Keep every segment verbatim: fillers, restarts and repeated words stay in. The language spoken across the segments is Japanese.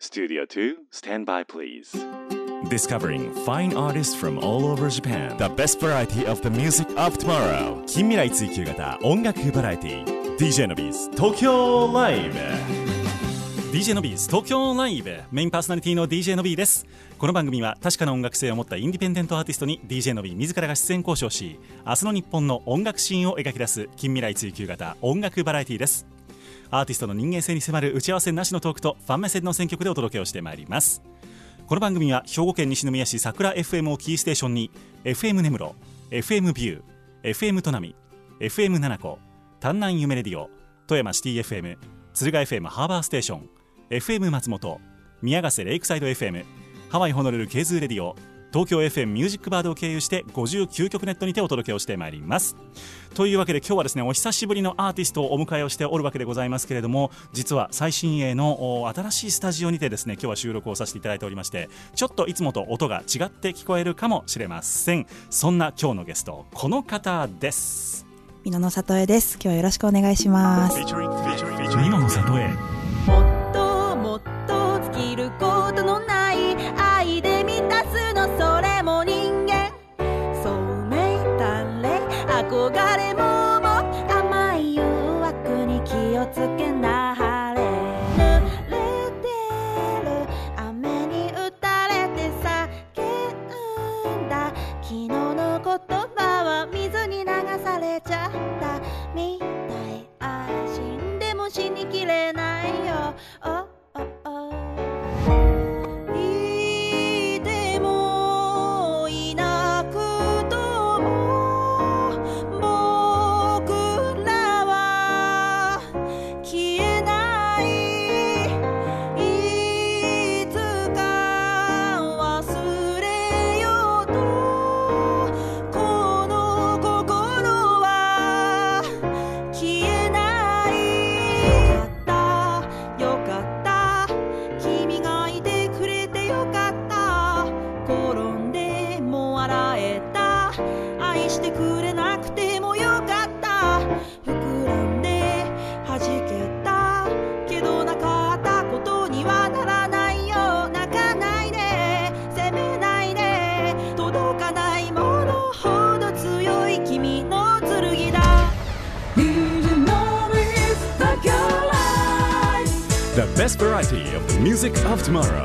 Studio two, stand by please. Discovering fine artists from all over Japan. The best variety of the music of tomorrow. 近未来追求型音楽バラエティ ディージェー のビーズ東京ライブ。 ディージェー のビーズ東京ライブ、メインパーソナリティの ディージェー のビーです。この番組は確かな音楽性を持ったインディペンデントアーティストに ディージェー のビー自らが出演交渉し、明日の日本の音楽シーンを描き出す近未来追求型音楽バラエティです。アーティストの人間性に迫る打ち合わせなしのトークとファン目線の選曲でお届けをしてまいります。この番組は兵庫県西宮市桜 エフエム をキーステーションに エフエム 根室、エフエム ビュー、エフエム 砺波、エフエム 七子、丹南夢レディオ、富山シティ エフエム、敦賀 エフエム ハーバーステーション、エフエム 松本、宮ヶ瀬レイクサイド エフエム、ハワイホノルルケーズーレディオ、東京 エフエム ミュージックバードを経由してごじゅうきゅうきょくネットにてお届けをしてまいります。というわけで今日はですね、お久しぶりのアーティストをお迎えをしておるわけでございますけれども、実は最新鋭の新しいスタジオにてですね、今日は収録をさせていただいておりまして、ちょっといつもと音が違って聞こえるかもしれません。そんな今日のゲスト、この方です。 美濃の里江です。今日はよろしくお願いします。 美濃の里江。 もっともっと尽きることのない愛で満たすの、それも人間。そうめいたれ憧れもも甘い誘惑に気をつけなはれ。濡れてる雨に打たれて叫んだ昨日の言葉は水に流されちゃったみたい。あ死んでも死にきれないよ、oh The best variety of the music of tomorrow.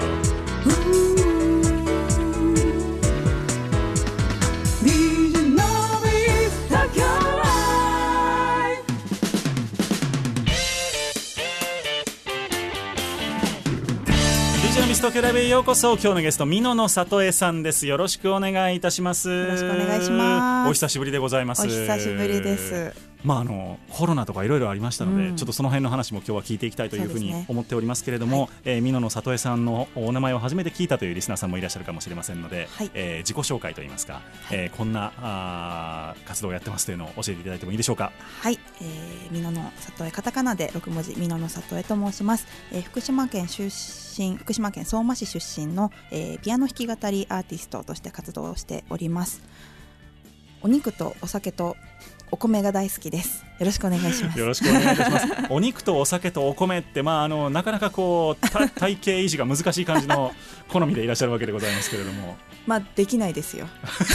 東京ライブへようこそ。今日のゲスト、美濃の里江さんです。よろしくお願いいたします。 よろしくお願いします。 お久しぶりでございます。 お久しぶりです。 まあ、あのコロナとかいろいろありましたので、うん、ちょっとその辺の話も今日は聞いていきたいというふうに思っておりますけれども、ね、えー、美濃の里江さんのお名前を初めて聞いたというリスナーさんもいらっしゃるかもしれませんので、はい、えー、自己紹介といいますか、はい、えー、こんなあ活動をやってますというのを教えていただいてもいいでしょうか。 はい、えー、美濃の里江、カタカナでろく文字、美濃の里江と申します。えー、福島県出身、福島県相馬市出身の、えー、ピアノ弾き語りアーティストとして活動をしております。お肉とお酒とお米が大好きです。よろしくお願いします。 よろしくお願いいたします。お肉とお酒とお米って、まあ、あのなかなかこう体型維持が難しい感じの好みでいらっしゃるわけでございますけれどもまあできないですよ。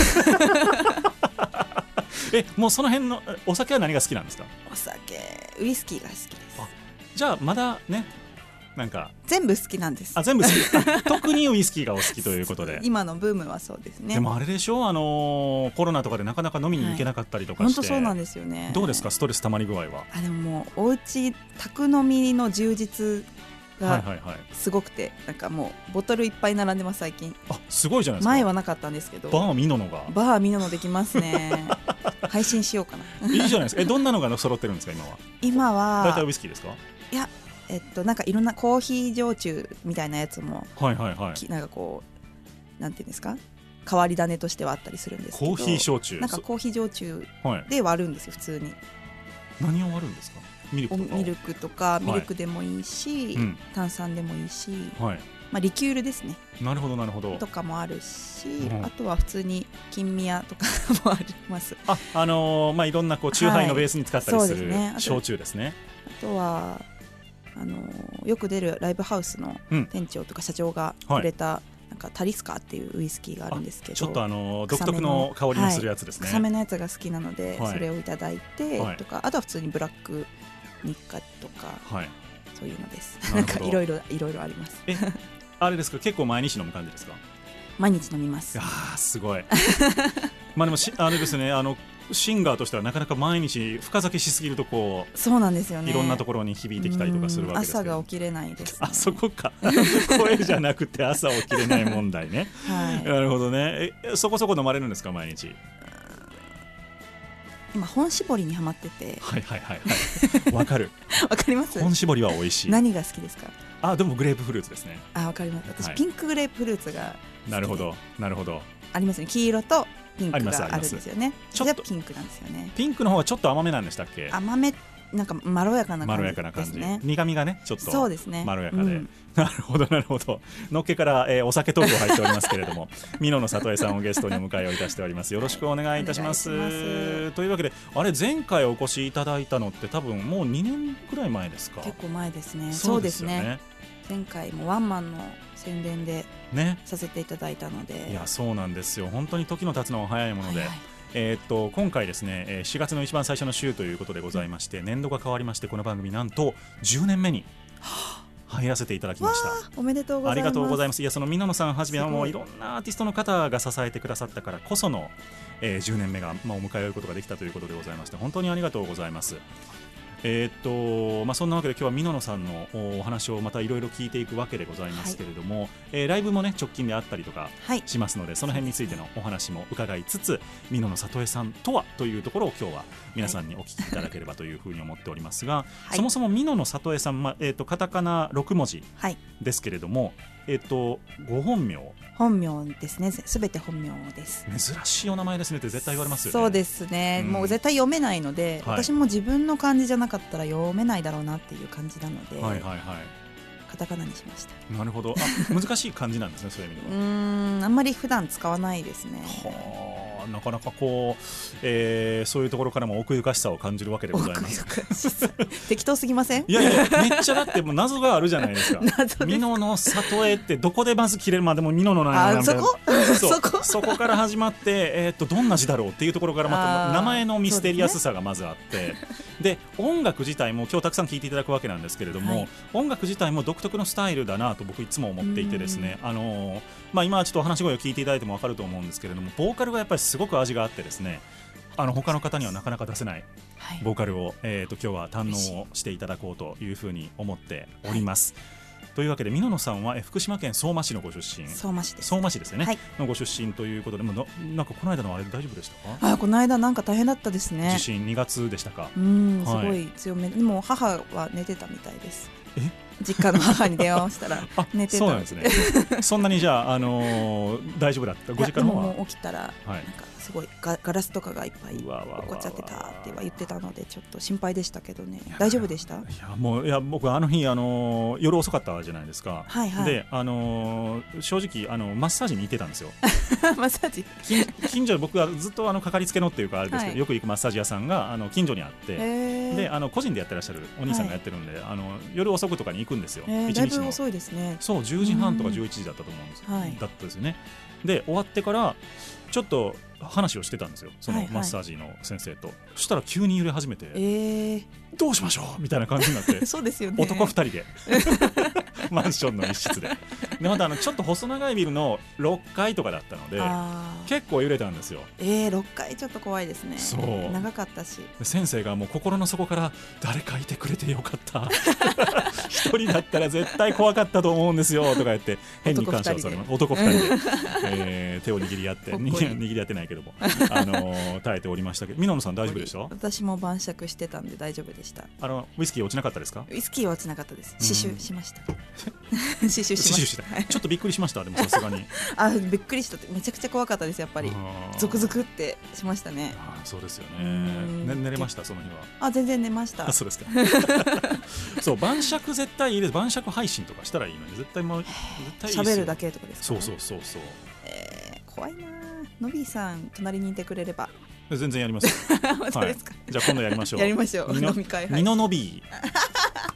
え、もうその辺のお酒は何が好きなんですか。 お酒、ウイスキーが好きです。 あ、じゃあまだね、なんか全部好きなんです。 あ、全部好き。特にウイスキーがお好きということで。 今のブームはそうですね。 でもあれでしょう、あのー、コロナとかでなかなか飲みに行けなかったりとかして、 本当そうなんですよね。 どうですか、ストレスたまり具合は。 あ、でももうおうち宅飲みの充実がすごくて、はいはいはい、なんかもうボトルいっぱい並んでます、最近。 あ、すごいじゃないですか。 前はなかったんですけど。 バーミノのがバーミノのできますね。配信しようかな。いいじゃないですか。え、どんなのが揃ってるんですか、今は。 今は大体ウイスキーですか。 いや、えっと、なんかいろんなコーヒー焼酎みたいなやつも、 はいはいはい、 なんかこうなんていうんですか、変わり種としてはあったりするんですけど、 コーヒー焼酎、 なんかコーヒー焼酎で割るんですよ、普通に。 何を割るんですか。ミルクとか。 ミルクとか、ミルクでもいいし、うん、炭酸でもいいし、はい、まあ、リキュールですね。 なるほどなるほど。 とかもあるし、うん、あとは普通に金宮とかもあります。 あ、あのー、まあいろんなこう酎ハイのベースに使ったりする、はい、ね、焼酎ですね。 あとはあのよく出るライブハウスの店長とか社長がくれた、うんはい、なんかタリスカーっていうウイスキーがあるんですけど、 ちょっとあの独特の香りのするやつですね、 はい、臭めのやつが好きなので、はい、それをいただいて、はい、とかあとは普通にブラック日課とか、はい、そういうのです。なんかいろいろいろいろあります。 えあれですか、結構毎日飲む感じですか？ 毎日飲みます。 あーすごいまあでもしあれですね、あのシンガーとしてはなかなか毎日深酒しすぎるとこうそうなんですよね、 いろんなところに響いてきたりとかするわけですけど、 朝が起きれないです、ね、 あそこか声じゃなくて朝起きれない問題ね、はい、なるほどね。えそこそこ飲まれるんですか毎日？ 今本搾りにハマってて、 はいはいはいはいわかるわかります。 本搾りは美味しい。 何が好きですか？ あでもグレープフルーツですね。 あわかります。私、はい、ピンクグレープフルーツが好きで。なるほどなるほど。 ありますね、黄色とピンクがあるんですよね。ちょっとピンクなんですよね。 ピンクの方はちょっと甘めなんでしたっけ？ 甘め、なんかまろやかな感じですね。まろやかな感じ、 苦味がねちょっとそうですね、 まろやかで、うん、なるほどなるほど。のっけから、えー、お酒トーク入っておりますけれども美濃の里江さんをゲストにお迎えをいたしております。よろしくお願いいたします。ますというわけで、あれ前回お越しいただいたのって多分もうにねんくらい前ですか？ 結構前ですね。そうですね、前回もワンマンの宣伝でさせていただいたので、ね、 いやそうなんですよ。本当に時の経つのは早いもので、はいはい、えー、っと今回ですねしがつの一番最初の週ということでございまして、うん、年度が変わりまして、この番組なんとじゅうねんめに入らせていただきました。 おめでとうございます。 ありがとうございます。いやその美濃さんはじめはもういろんなアーティストの方が支えてくださったからこその、えー、じゅうねんめが、まあ、お迎えることができたということでございまして、本当にありがとうございます。えーっとまあ、そんなわけで今日は美濃さんのお話をまたいろいろ聞いていくわけでございますけれども、はい、えー、ライブも、ね、直近であったりとかしますので、はい、その辺についてのお話も伺いつつ、美濃の里江さんとはというところを今日は皆さんにお聞きいただければというふうに思っておりますが、はい、そもそも美濃の里江さん、まあえー、とカタカナろくもじですけれども、はい、えー、とご本名本名ですね。すべて本名です。 珍しいお名前ですねって絶対言われますよね。 そうですね、うん、もう絶対読めないので、はい、私も自分の漢字じゃなかったら読めないだろうなっていう感じなので、はいはいはい、カタカナにしました。 なるほど。あ難しい漢字なんですねそういう意味では。 うーんあんまり普段使わないですね。 はあ、なかなかこう、えー、そういうところからも奥ゆかしさを感じるわけでございます。 奥ゆかしさ適当すぎません？ いやいやめっちゃだってもう謎があるじゃないですか。美濃の里江ってどこでまず切れるまでも美濃のなんやなみたいな。そこそうそこそこから始まって、えー、っとどんな字だろうっていうところからまた名前のミステリアスさがまずあって、で音楽自体も今日たくさん聴いていただくわけなんですけれども、はい、音楽自体も独特のスタイルだなと僕いつも思っていてですね、あのーまあ、今はちょっとお話し声を聞いていただいても分かると思うんですけれども、ボーカルがやっぱりすごく味があってですね、あの他の方にはなかなか出せないボーカルを、えー、と今日は堪能をしていただこうというふうに思っております。というわけで美濃さんは福島県相馬市のご出身、 相馬市です、 相馬市ですよね、はい、のご出身ということで、もななんかこの間のあれ大丈夫でしたか？ あこの間なんか大変だったですね。 地震にがつでしたか？ うんすごい強め、はい、でも母は寝てたみたいです。え実家の母に電話をしたら寝てた。 そうなんですねそんなにじゃあ、あのー、大丈夫だった？ご実家の方はもう起きたら、はい、なんかすごい ガ, ガラスとかがいっぱい起こっちゃってたって言ってたのでちょっと心配でしたけどね。大丈夫でした？いやもういや僕あの日、あのー、夜遅かったじゃないですか、はいはい、で、あのー、正直あのマッサージに行ってたんですよマッサージ 近, 近所で僕はずっとあのかかりつけのっていうかあれですけど、はい、よく行くマッサージ屋さんがあの近所にあって、であの個人でやってらっしゃるお兄さんがやってるんで、はい、あの夜遅くとかに行くんですよ。 えー、だいぶ遅いですね。 そうじゅうじはんとかじゅういちじだったと思うんですよ、はい、だったですよね。で終わってからちょっと話をしてたんですよ、そのマッサージの先生と、はいはい、そしたら急に揺れ始めて、えー、どうしましょうみたいな感じになってそうですよね、 男ふたりでマンションの一室ででまたあのちょっと細長いビルのろっかいとかだったので結構揺れたんですよ。 えー、ろっかいちょっと怖いですね。そう長かったし、 先生がもう心の底から誰かいてくれてよかった一人だったら絶対怖かったと思うんですよとか言って変に感謝をされます。男ふたりで、えー、手を握り合って握り合ってないけども、あのー、耐えておりましたけど、美濃さん大丈夫でした？ 私も晩酌してたんで大丈夫でした。 あのウイスキー落ちなかったですか？ ウイスキーは落ちなかったです。刺繍しました刺繍しました。 ちょっとびっくりしました。でもさすがにあびっくりしたって、めちゃくちゃ怖かったです。やっぱりゾクゾクってしましたね。 あそうですよね。ね寝れましたその日は？ あ全然寝ました。 あそうですかそう晩酌絶対いいです。晩酌配信とかしたらいいのに絶対もう絶対いいですよ。 喋るだけとかですか、ね、 そうそうそうそう、 えー、怖いな。のびーさん隣にいてくれれば全然やります本当ですか、 はい、じゃあ今度やりましょうやりましょう。飲み会ミノのびー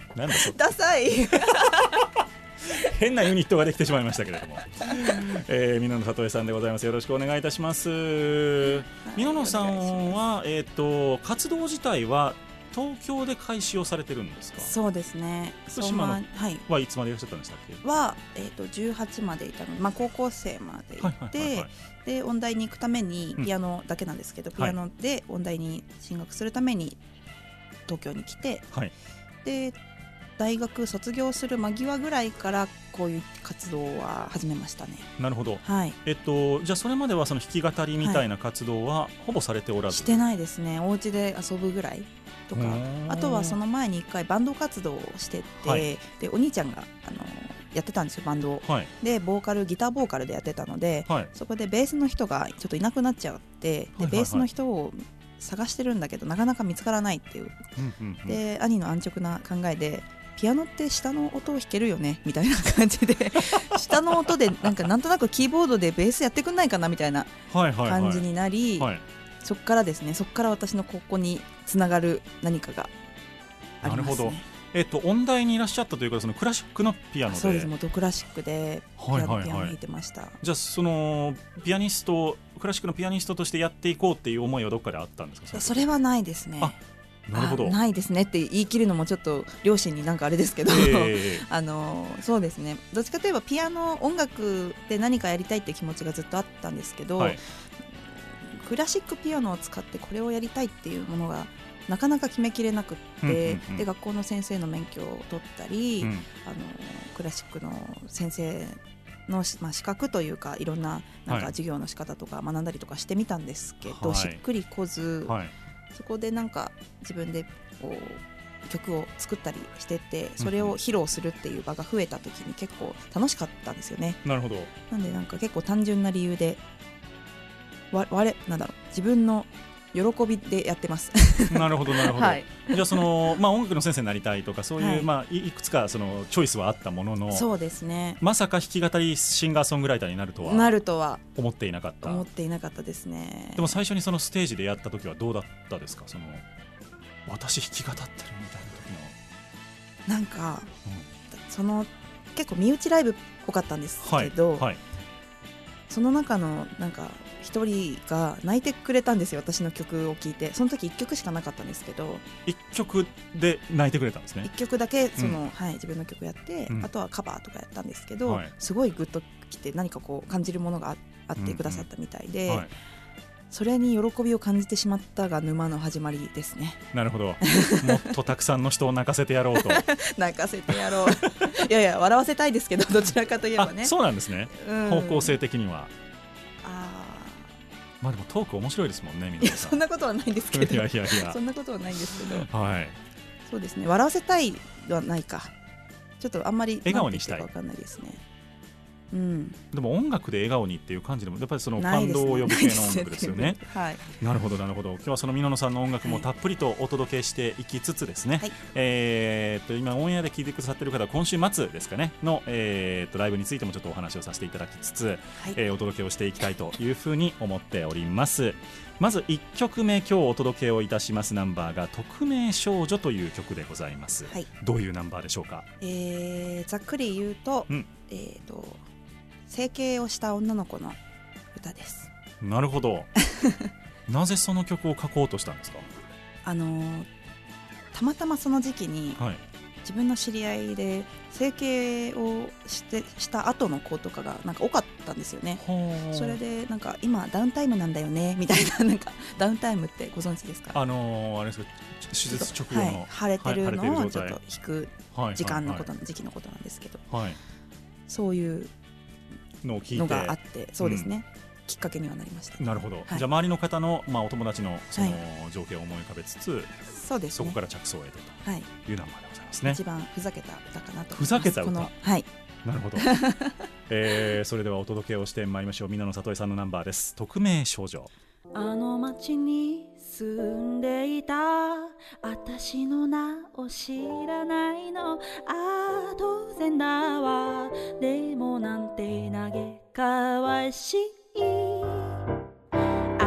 なんだそダサい変なユニットができてしまいましたけれども、えー、美濃野里江さんでございます。よろしくお願いいたします。美濃野さんは、えー、と活動自体は東京で開始をされてるんですか？ そうですね。 福島のはい、 はいつまでいらっしゃったんでしたっけ？ は、えー、とじゅうはちまでいたので、まあ、高校生までいて、 はいはいはいはい、 で音大に行くためにピアノだけなんですけど、うん、ピアノで音大に進学するために東京に来て、はい、で大学卒業する間際ぐらいからこういう活動は始めましたね。 なるほど、 はい、 えっと、じゃあそれまではその弾き語りみたいな活動はほぼされておらず、はい、 してないですね。お家で遊ぶぐらいとか、あとはその前にいっかいバンド活動をしてて、はい、でお兄ちゃんがあのやってたんですよ、バンドを、はい、でボーカルギターボーカルでやってたので、はい、そこでベースの人がちょっといなくなっちゃって、で、はいはいはい、ベースの人を探してるんだけどなかなか見つからないっていう、うんうんうん、で兄の安直な考えでピアノって下の音を弾けるよねみたいな感じで下の音でなんかなんとなくキーボードでベースやってくんないかなみたいな感じになり、はいはいはい、そっからですね、そっから私のここにつながる何かがありますね。なるほど。 えっと、音大にいらっしゃったというか、そのクラシックのピアノで。 そうです、もうドクラシックでピアノ、はいはいはい、ピアノ弾いてました。 じゃあそのピアニストクラシックのピアニストとしてやっていこうっていう思いはどっかであったんですか？ いや、それはないですね。 あ、なるほど。 ないですねって言い切るのもちょっと両親になんかあれですけど、えー、あのそうですね、どっちかといえばピアノ音楽で何かやりたいって気持ちがずっとあったんですけど、はい、クラシックピアノを使ってこれをやりたいっていうものがなかなか決めきれなくって、うんうんうん、で学校の先生の免許を取ったり、うん、あのクラシックの先生の、まあ、資格というかいろんな、なんか授業の仕方とか学んだりとかしてみたんですけど、はい、しっくりこず、はい、そこでなんか自分でこう曲を作ったりしてて、それを披露するっていう場が増えた時に結構楽しかったんですよね。 なるほど。 なんでなんか結構単純な理由でわ我なんだろう自分の喜びでやってますなるほどなるほど、はい、じゃあその、まあ、音楽の先生になりたいとかそういう、はい、まあ、いくつかそのチョイスはあったものの、 そうですね、 まさか弾き語りシンガーソングライターになるとはなるとは思っていなかった思っていなかったですね。 でも最初にそのステージでやった時はどうだったですか？その私弾き語ってるみたいな時のなんか、うん、その結構身内ライブっぽかったんですけど、はいはい、その中のなんか一人が泣いてくれたんですよ、私の曲を聴いて。その時いっきょくしかなかったんですけど、 いっきょくで泣いてくれたんですね。 いっきょくだけその、うん、はい、自分の曲やって、うん、あとはカバーとかやったんですけど、はい、すごいグッときて何かこう感じるものが あ, あってくださったみたいで、うんうん、はい、それに喜びを感じてしまったが沼の始まりですね。 なるほどもっとたくさんの人を泣かせてやろうと泣かせてやろういやいや笑わせたいですけど、どちらかといえばね。 あ、そうなんですね、うん、方向性的には。 あ、 まあでもトーク面白いですもんね。皆さん。 いや、そんなことはないんですけどいやいやいやそんなことはないんですけど、 はい、 そうですね、笑わせたいはないか、ちょっとあんまり笑顔にしたいか分かんないですね。うん、 でも音楽で笑顔にっていう感じでもやっぱりその感動を呼ぶ系の音楽ですよね。 はい、 なるほどなるほど。今日はその美濃野さんの音楽もたっぷりとお届けしていきつつですね、はい、えー、っと今オンエアで聴いてくださっている方は今週末ですかねの、えー、っとライブについてもちょっとお話をさせていただきつつ、はい、えー、お届けをしていきたいというふうに思っております。まずいっきょくめ、今日お届けをいたしますナンバーが匿名少女という曲でございます、はい、どういうナンバーでしょうか？ えー、ざっくり言うと、うん、えー、っと整形をした女の子の歌です。 なるほどなぜその曲を書こうとしたんですか？ あのたまたまその時期に、はい、自分の知り合いで整形をしてした後の子とかがなんか多かったんですよね。それでなんか今ダウンタイムなんだよねみたいな、なんかダウンタイムってご存知ですか？ あのー、あれですか、手術直後の、 はい、腫れてるのをちょっと引く時間のこと、はいはいはい、時期のことなんですけど、はい、そういうのを聞いてのがあって、そうですね、うん、きっかけにはなりました。 なるほど、はい、じゃあ周りの方の、まあ、お友達のその情景を思い浮かべつつ、はい、そうですね、そこから着想を得てというナンバーでございますね。 一番ふざけた歌かなと思います。 ふざけた歌、 はい、 なるほど、えー、それではお届けをしてまいりましょう。美濃野里江さんのナンバーです。匿名少女。 あの町に住んでいた私の名を知らないの、ああ当然だわ、でもなんて嘆かわしい。あの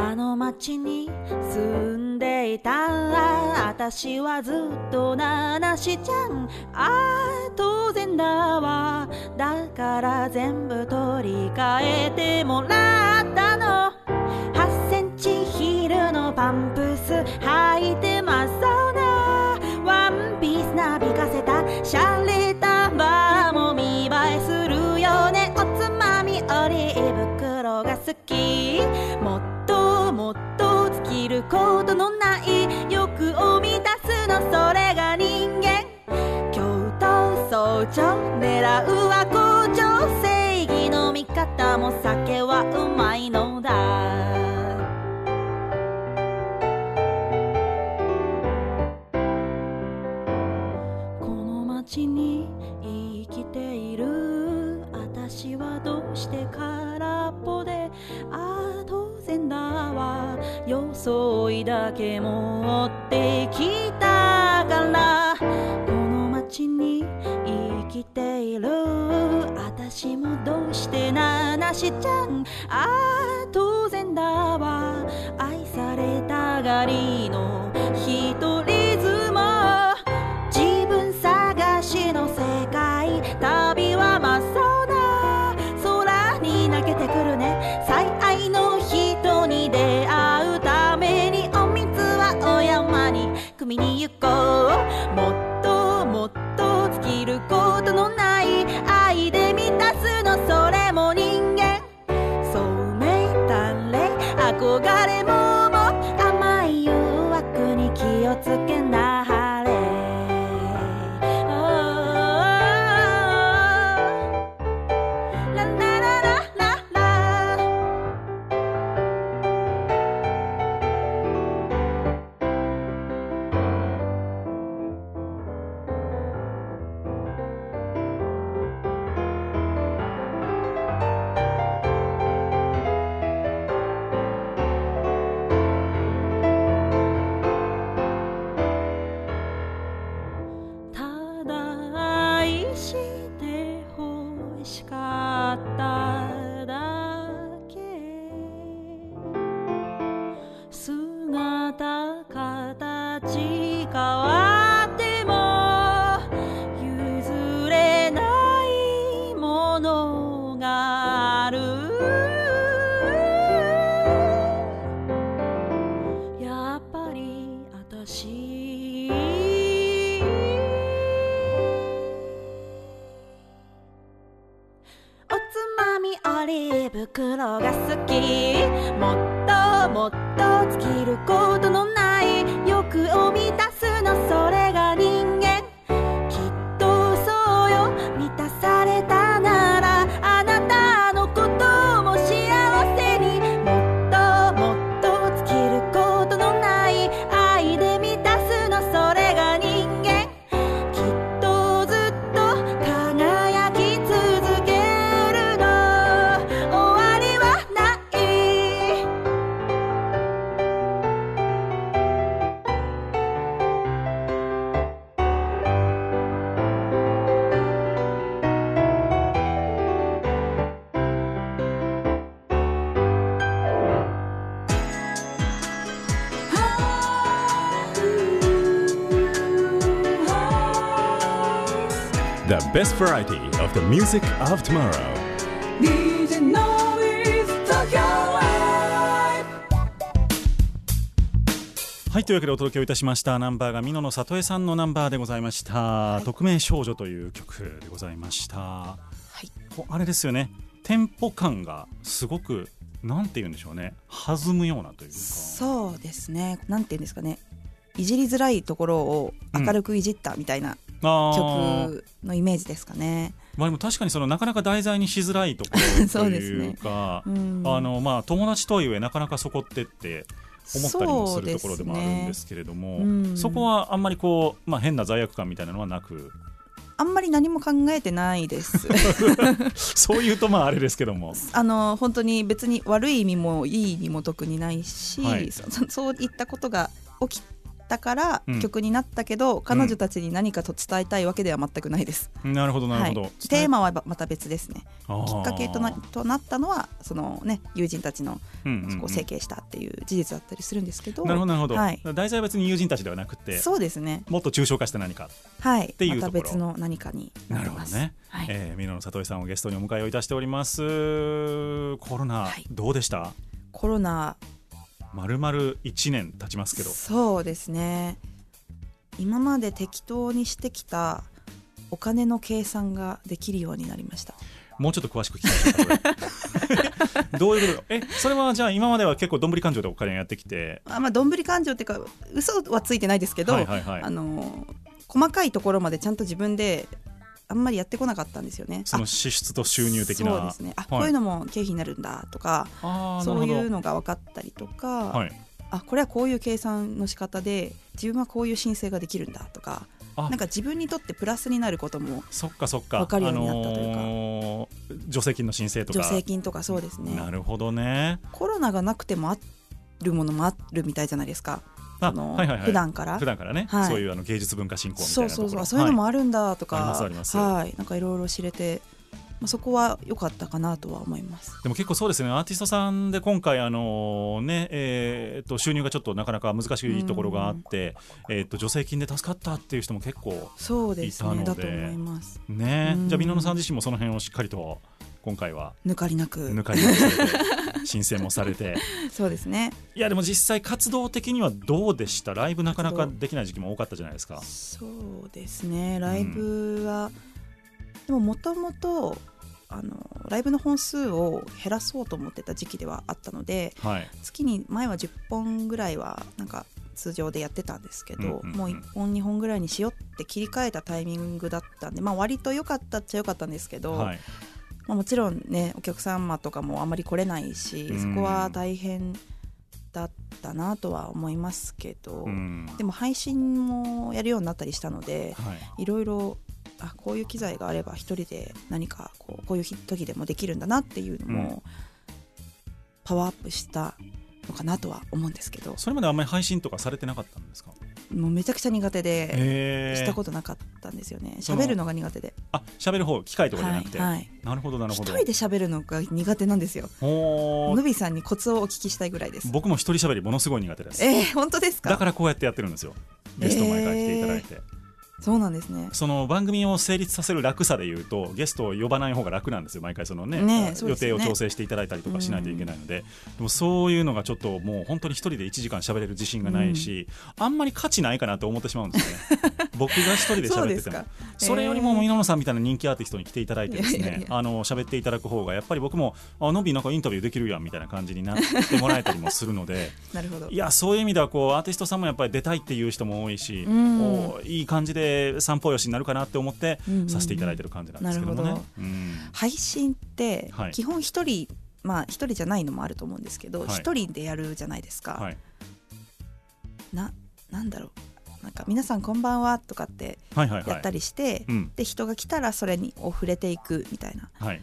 町に住んでいた私はずっとナナシちゃん。ああ当然だわ、だから全部取り替えてもらったの。はちセンチヒールのパンプス履いて真っ青なワンピースなびかせたシャレたバーも見栄えするよね。おつまみオリーブ袋が好き。もっともっと尽きることのない欲を満たすの、それが人間。今日と早朝狙うは向上、正義の味方も酒はうまいのだ。この街に生きている私はどうして空っぽで、ああ当然だわ、装いだけ持ってきたから。この街に生きている私もどうしてナナシちゃん。ああ当然だわ、愛されたがりの一人相撲。自分探しの世界、旅は真っ青な空に投げてくるね。最愛の人に出会うためにお水はお山に汲みに行こう。もっともっと尽きることのない愛で満たすの、それも人間。そうめいたれ憧れもも甘い誘惑に気をつけなはれ。袋が好き。もっともっと尽きることのない欲を満たすの、それが人間。きっとそうよ、満たされたならあなたのことも幸せに。もっともっと尽きることのない愛で満たすの、それが人間。きっとずっと輝き続けるの、 The best variety of the music of tomorrow. ディージェー の is Tokyo Live。 はい、というわけでお届けをいたしましたナンバーが美濃の里江さんのナンバーでございました、はい、匿名少女という曲でございました、はい、あれですよね、テンポ感がすごくなんて言うんでしょうね、弾むようなというか。 そうですね、なんて言うんですかね、いじりづらいところを明るくいじったみたいな、うん曲のイメージですかね。 まあ、でも確かにそのなかなか題材にしづらいところというか、そうですね、うん、あのまあ友達とはいえなかなかそこってって思ったりもするところでもあるんですけれども、 そ,、ねうん、そこはあんまりこう、まあ、変な罪悪感みたいなのはなく、 あんまり何も考えてないですそういうとまああれですけども、 あの本当に別に悪い意味もいい意味も特にないし、はい、そ, そういったことが起きたたから曲になったけど、うん、彼女たちに何かと伝えたいわけでは全くないです、 うん、なるほどなるほど、はい、 テーマはまた別ですね。きっかけと な, となったのはその、ね、友人たちの、うんうんうん、こう整形したっていう事実だったりするんですけど、 なるほどなるほど、 はい、 題材は別に友人たちではなくて、 そうですね、 もっと抽象化した何かっていうところ、はい、 また別の何かになります。 なるほどね、はい、えー、美濃の里江さんをゲストにお迎えをいたしております。コロナ、はい、どうでした？ コロナ丸々いちねん経ちますけど。 そうですね、今まで適当にしてきたお金の計算ができるようになりました。 もうちょっと詳しく聞きたいですどういうこと？え、それはじゃあ今までは結構どんぶり勘定でお金やってきて、 あ、まあ、どんぶり勘定っていうか嘘はついてないですけど、はいはいはい、あの細かいところまでちゃんと自分であんまりやってこなかったんですよね。 その支出と収入的な。 そうですね、あ、はい、こういうのも経費になるんだとか、そういうのが分かったりとか、はい、あ、これはこういう計算の仕方で自分はこういう申請ができるんだとか、なんか自分にとってプラスになることも分かるようになったというか、あのー、助成金の申請とか、 助成金とか、そうですね。 なるほどね。 コロナがなくてもあるものもあるみたいじゃないですか。あの、はいはいはい、普段から普段からね、はい、そういうあの芸術文化振興みたいなところ、 そうそうそう、そういうのもあるんだとか、 はい、ありますあります、 はい、なんかいろいろ知れて、まあ、そこは良かったかなとは思います。 でも結構そうですね、アーティストさんで今回あの、ねえー、と収入がちょっとなかなか難しいところがあって、えー、と助成金で助かったっていう人も結構いたので、 そうですね、だと思います、 ね、じゃあ美濃さん自身もその辺をしっかりと今回は抜かりなく抜かりなくされて申請もされてそうですね。 いやでも実際活動的にはどうでした？ライブなかなかできない時期も多かったじゃないですか。 そうですね、ライブは、うん、でももともとあのライブの本数を減らそうと思ってた時期ではあったので、はい、月に前はじゅっぽんぐらいはなんか通常でやってたんですけど、うんうんうん、もういっぽんにほんぐらいにしようって切り替えたタイミングだったんで、まあ、割と良かったっちゃ良かったんですけど、はい、まあ、もちろんねお客様とかもあまり来れないし、そこは大変だったなとは思いますけど、でも配信もやるようになったりしたので、はい、いろいろあこういう機材があれば一人で何かこう、こういう時でもできるんだなっていうのもパワーアップしたのかなとは思うんですけど。 それまであんまり配信とかされてなかったんですか？ もうめちゃくちゃ苦手でしたことなかったんですよね。喋るのが苦手で。 あ、喋る方、機械とかじゃなくて、 はいはい、 なるほどなるほど。 一人で喋るのが苦手なんですよ。のびさんにコツをお聞きしたいぐらいです。 僕も一人喋りものすごい苦手です。 えー、本当ですか？ だからこうやってやってるんですよ。ゲスト前から来ていただいて、えーそうなんですね。 その番組を成立させる楽さでいうとゲストを呼ばない方が楽なんですよ。毎回その、ねね、予定を調整していただいたりとかしないといけないので、うん、でもそういうのがちょっともう本当に一人でいちじかん喋れる自信がないし、うん、あんまり価値ないかなと思ってしまうんですよね僕が一人で喋ってても そ, それよりも美濃さんみたいな人気アーティストに来ていただいてですね、いやいやいやあの喋っていただく方がやっぱり僕もあのびなんかインタビューできるやんみたいな感じになってもらえたりもするのでなるほど。 いやそういう意味ではこうアーティストさんもやっぱり出たいっていう人も多いし、うん、いい感じで散歩よしになるかなって思ってさせていただいてる感じなんですけどもね、 うん、うん、配信って基本一人、はい、まあ一人じゃないのもあると思うんですけど、一、はい、人でやるじゃないですか、はい、な, なんだろうなんか皆さんこんばんはとかってやったりして、はいはいはい、うん、で人が来たらそれにを触れていくみたいな、はい、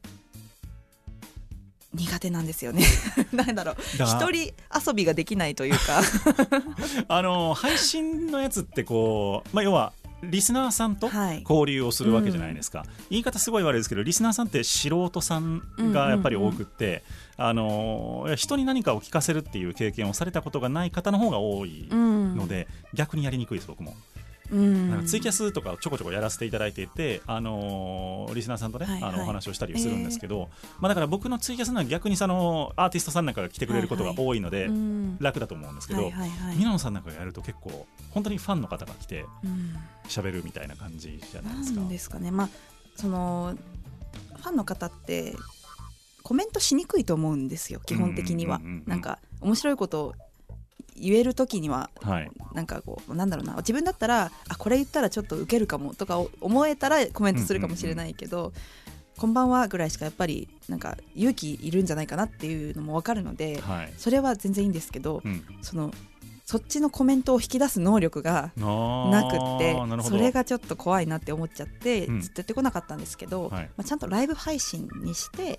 苦手なんですよねなんだろう一人遊びができないというかあの配信のやつってこう、まあ、要はリスナーさんと交流をするわけじゃないですか、はい、うん、言い方すごい悪いですけどリスナーさんって素人さんがやっぱり多くって、うんうんうん、あの人に何かを聞かせるっていう経験をされたことがない方の方が多いので、うん、逆にやりにくいです僕も。うん、なんかツイキャスとかちょこちょこやらせていただいていて、あのー、リスナーさんとね、はいはい、あのお話をしたりするんですけど、えーまあ、だから僕のツイキャスは逆にそのアーティストさんなんかが来てくれることが多いので、はいはい、楽だと思うんですけど、はいはいはい、ミノさんなんかがやると結構本当にファンの方が来て喋るみたいな感じじゃないですか。 なんですかね、まあ、そのファンの方ってコメントしにくいと思うんですよ基本的には、うんうんうんうん、なんか面白いことを言えるときには、はい、なんかこうなんだろうな自分だったらあこれ言ったらちょっとウケるかもとか思えたらコメントするかもしれないけど、うんうんうん、こんばんはぐらいしかやっぱりなんか勇気いるんじゃないかなっていうのも分かるので、はい、それは全然いいんですけど、うん、そのそっちのコメントを引き出す能力がなくってそれがちょっと怖いなって思っちゃって、うん、ずっとやってこなかったんですけど、はい、まあ、ちゃんとライブ配信にして、うん、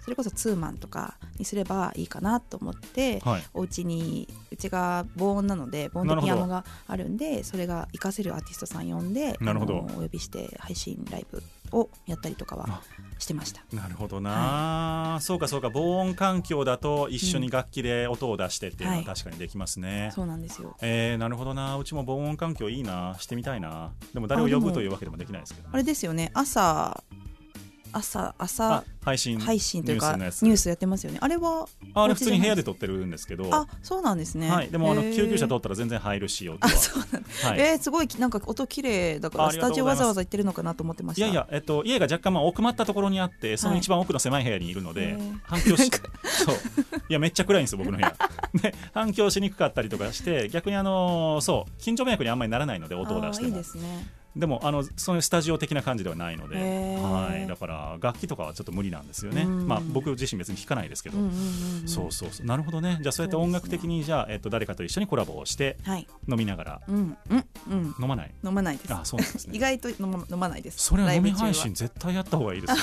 それこそツーマンとかにすればいいかなと思って、はい、お家にうちが防音なので防音とピアノがあるんで、それが活かせるアーティストさん呼んであのお呼びして配信ライブをやったりとかはしてました。 なるほどな、はい、そうかそうか、防音環境だと一緒に楽器で音を出してっていうのは確かにできますね、うんはい、 そうなんですよ、 えー、なるほどな。うちも防音環境いいな、してみたいな。でも誰を呼ぶというわけでもできないですけど、ね、 あれですよね、朝朝朝配信配信というかニュースやってますよね。あれはあれ普通に部屋で撮ってるんですけど、 あそうなんですね、 はい、でもあの救急車通ったら全然入るし音は。 あそうなん、はい、えー、すごいなんか音綺麗だからスタジオわざわざ行ってるのかなと思ってました。 いやいや、えっと、家が若干まあ奥まったところにあって、その一番奥の狭い部屋にいるので、はい、反響しそういやめっちゃ暗いんですよ僕の部屋で反響しにくかったりとかして逆にあのそう近所迷惑にあんまりならないので音を出しても。 いいですね。でもあのそのスタジオ的な感じではないので、はい、だから楽器とかはちょっと無理なんですよね、まあ、僕自身別に弾かないですけど、うんうんうんうん、そうそうそう、なるほどね。じゃあそうやって音楽的にじゃあ、えっと、誰かと一緒にコラボをして、はい、飲みながら、うんうんうん、飲まない飲まないです。 あ、そうなんですね意外と飲ま、飲まないです。 それは飲み配信絶対やった方がいいですよ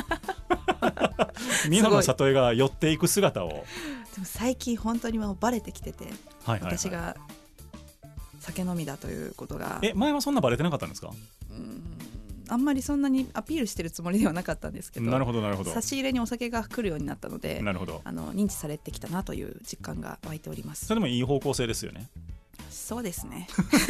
みなの里江が寄っていく姿を。でも最近本当にもうバレてきてて、はいはいはい、私が酒飲みだということが。 え、前はそんなバレてなかったんですか？ うーん、あんまりそんなにアピールしてるつもりではなかったんですけど、 なるほどなるほど、 差し入れにお酒が来るようになったので、 なるほど、 あの認知されてきたなという実感が湧いております。 それでもいい方向性ですよね。 そうですね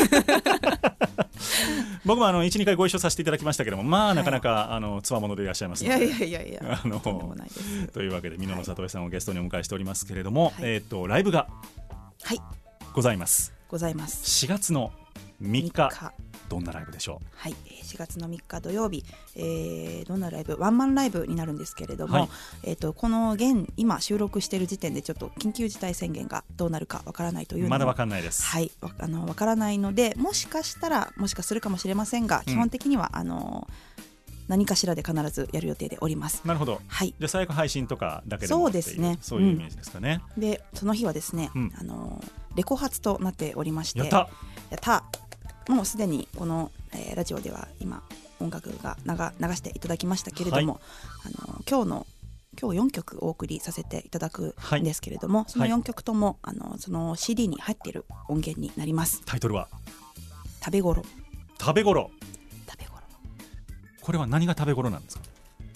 僕もあの いち,に 回ご一緒させていただきましたけども、まあなかなか、はい、あのつわものでいらっしゃいますので、 いやいやいやいや、 あのとんでもないです。 というわけで美濃の里江さんをゲストにお迎えしておりますけれども、はい、えー、とライブがございます、 はい、ございます。 しがつのみっか、どんなライブでしょう？ はい、しがつのみっか土曜日、えー、どんなライブ、ワンマンライブになるんですけれども、はい、えー、とこの現今収録している時点でちょっと緊急事態宣言がどうなるかわからないというのまだわかんないです。 はい、あのわからないので、もしかしたらもしかするかもしれませんが、基本的には、うん、あの何かしらで必ずやる予定でおります。 なるほど、はい、じゃあ最悪配信とかだけでもそうですね、 そういうイメージですかね、 うん、でその日はですね、うん、あのレコ発となっておりまして、 やったやったもうすでにこの、えー、ラジオでは今音楽が 流, 流していただきましたけれども、はい、あの今日の今日よんきょくお送りさせていただくんですけれども、はい、そのよんきょくとも、はい、あのその シーディー に入っている音源になります。 タイトルは食べ頃。 食べ頃。 食べ頃。 これは何が食べ頃なんですか？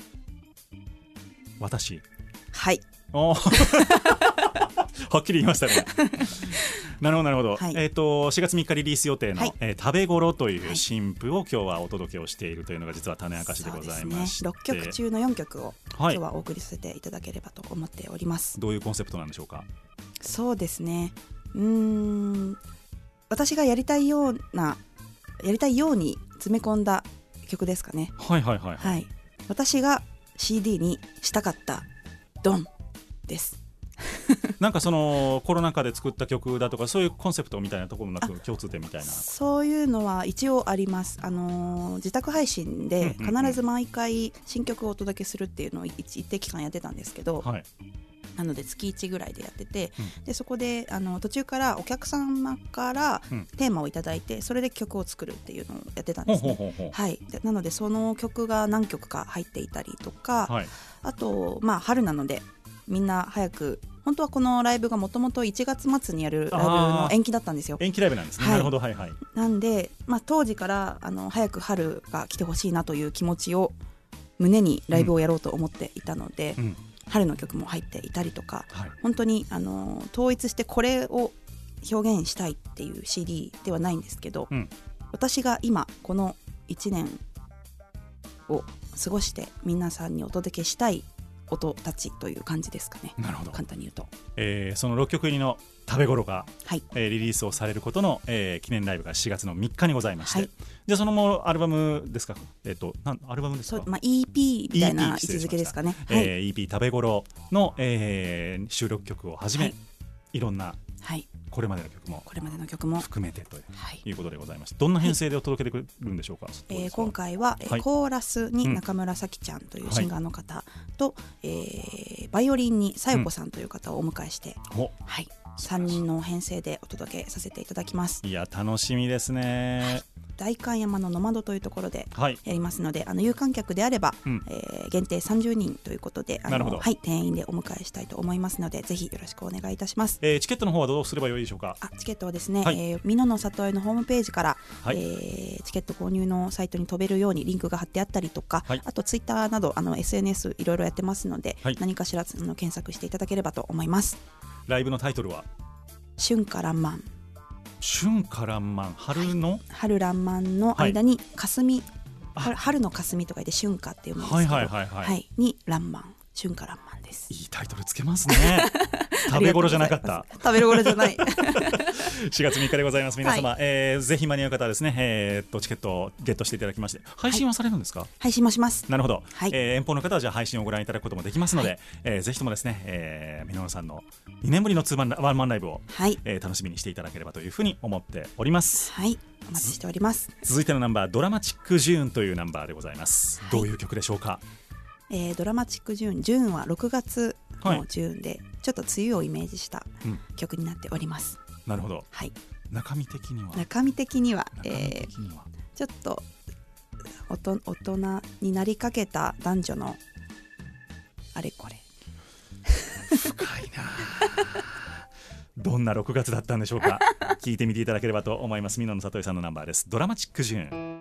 私。 はい。 おはっきり言いましたねなるほどなるほど、はい、えー、としがつみっかリリース予定の、はい、えー、食べ頃という新譜を今日はお届けをしているというのが実は種明かしでございまして、 ね、ろっきょく中のよんきょくを今日はお送りさせていただければと思っております。 どういうコンセプトなんでしょうか？ そうですね、うーん、私がやりたいようなやりたいように詰め込んだ曲ですかね。 はいはいはい、 はい、私が シーディー にしたかったドンですなんかそのコロナ禍で作った曲だとかそういうコンセプトみたいなところもなく共通点みたいな。 そういうのは一応あります。あのー、自宅配信で必ず毎回新曲をお届けするっていうのを一定期間やってたんですけど、はい、なので月いちぐらいでやってて、うん、でそこであの途中からお客様からテーマをいただいて、それで曲を作るっていうのをやってたんですね。はい、でなのでその曲が何曲か入っていたりとか、はい、あと、まあ、春なのでみんな早く、本当はこのライブがもともといちがつ末にやるライブの延期だったんですよ。 延期ライブなんですね、はい、なるほど、はいはい、 なんで、まあ、当時からあの早く春が来てほしいなという気持ちを胸にライブをやろうと思っていたので、うん、春の曲も入っていたりとか、はい、本当にあの統一してこれを表現したいっていう シーディー ではないんですけど、うん、私が今このいちねんを過ごして皆さんにお届けしたい音たちという感じですかね。 なるほど、 簡単に言うと、 えー、そのろっきょく入りの食べ頃が、 はい、 えー、リリースをされることの、えー、記念ライブがしがつのみっかにございまして、はい、じゃあそのもアルバムですか、えー、となんアルバムですか、 そう、まあ、イーピー みたいな位置づけですかね、 はい、えー、イーピー 食べ頃の、えー、収録曲をはじめ、はい、いろんな、はい、これまでの曲もこれまでの曲も含めてということでございます。どんな編成でお届けてくるんでしょうか？はい、 えー、今回は、はい、コーラスに中村咲ちゃんというシンガーの方と、はい、えー、バイオリンにさよこさんという方をお迎えして、うん、はい、さんにんの編成でお届けさせていただきます。 いや楽しみですね、はい、 代官山のノマドというところではいやりますので、あの有観客であれば、 うんえー限定さんじゅうにんということで、あなるほどの、はい、定員でお迎えしたいと思いますので、ぜひよろしくお願いいたします。 えーチケットの方はどうすればよいでしょうか。 あチケットはですね、 はいえー、美濃の里江のホームページから、 はいえーチケット購入のサイトに飛べるようにリンクが貼ってあったりとか、 はいあとツイッターなどあの エスエヌエス いろいろやってますので、 はい何かしらあの検索していただければと思います。 ライブのタイトルは春夏爛漫、 春夏爛漫、春の、 春爛漫の間に霞、春春の霞とか言って春夏って読むんですけど、 はいはいはいはいに爛漫、春夏爛漫です。 いいタイトルつけますね食べ頃じゃなかった食べ頃じゃないしがつみっかでございます。皆様、はいえー、ぜひ間に合う方はですね、えー、っとチケットをゲットしていただきまして、配信はされるんですか。はい、 配信もします。 なるほど、 はいえー遠方の方はじゃあ配信をご覧いただくこともできますので、はいえー、ぜひともですね、えー、みののさんのにねんぶりのツーマンワンマンライブを、 はいえー、楽しみにしていただければというふうに思っております。 はいお待ちしております。 続いてのナンバー、ドラマチックジューンというナンバーでございます、はい、どういう曲でしょうか。 えー、ドラマチックジューン、ジューンはろくがつのジューンで、はい、ちょっと梅雨をイメージした曲になっております、 うん、なるほど、 はい、 中身的には中身的には、 中身的にはえー、ちょっとおと大人になりかけた男女のあれこれ深いなどんなろくがつだったんでしょうか聞いてみていただければと思います。美濃の里江さんのナンバーです。ドラマチックジューン。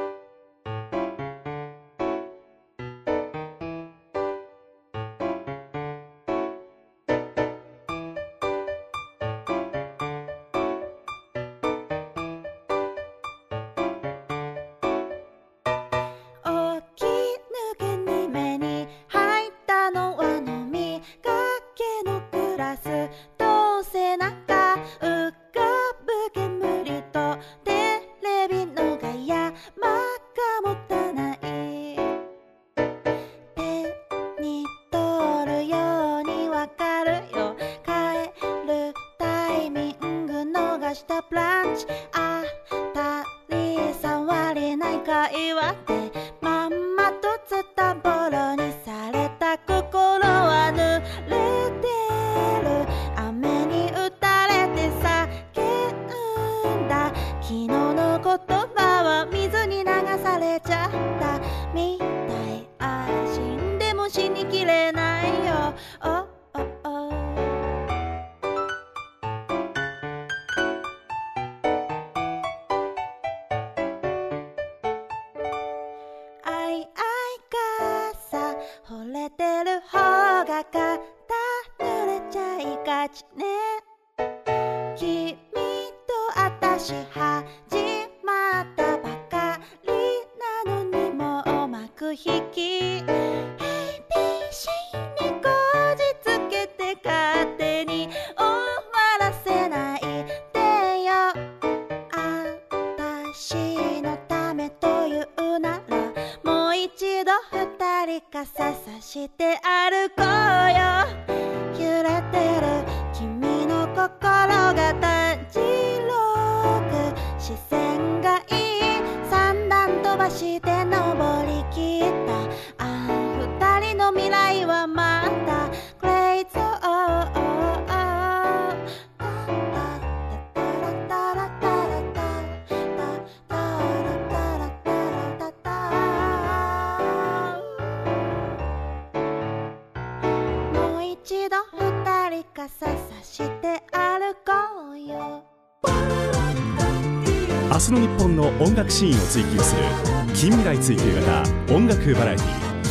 明日の日本の音楽シーンを追求する近未来追求型音楽バラエティ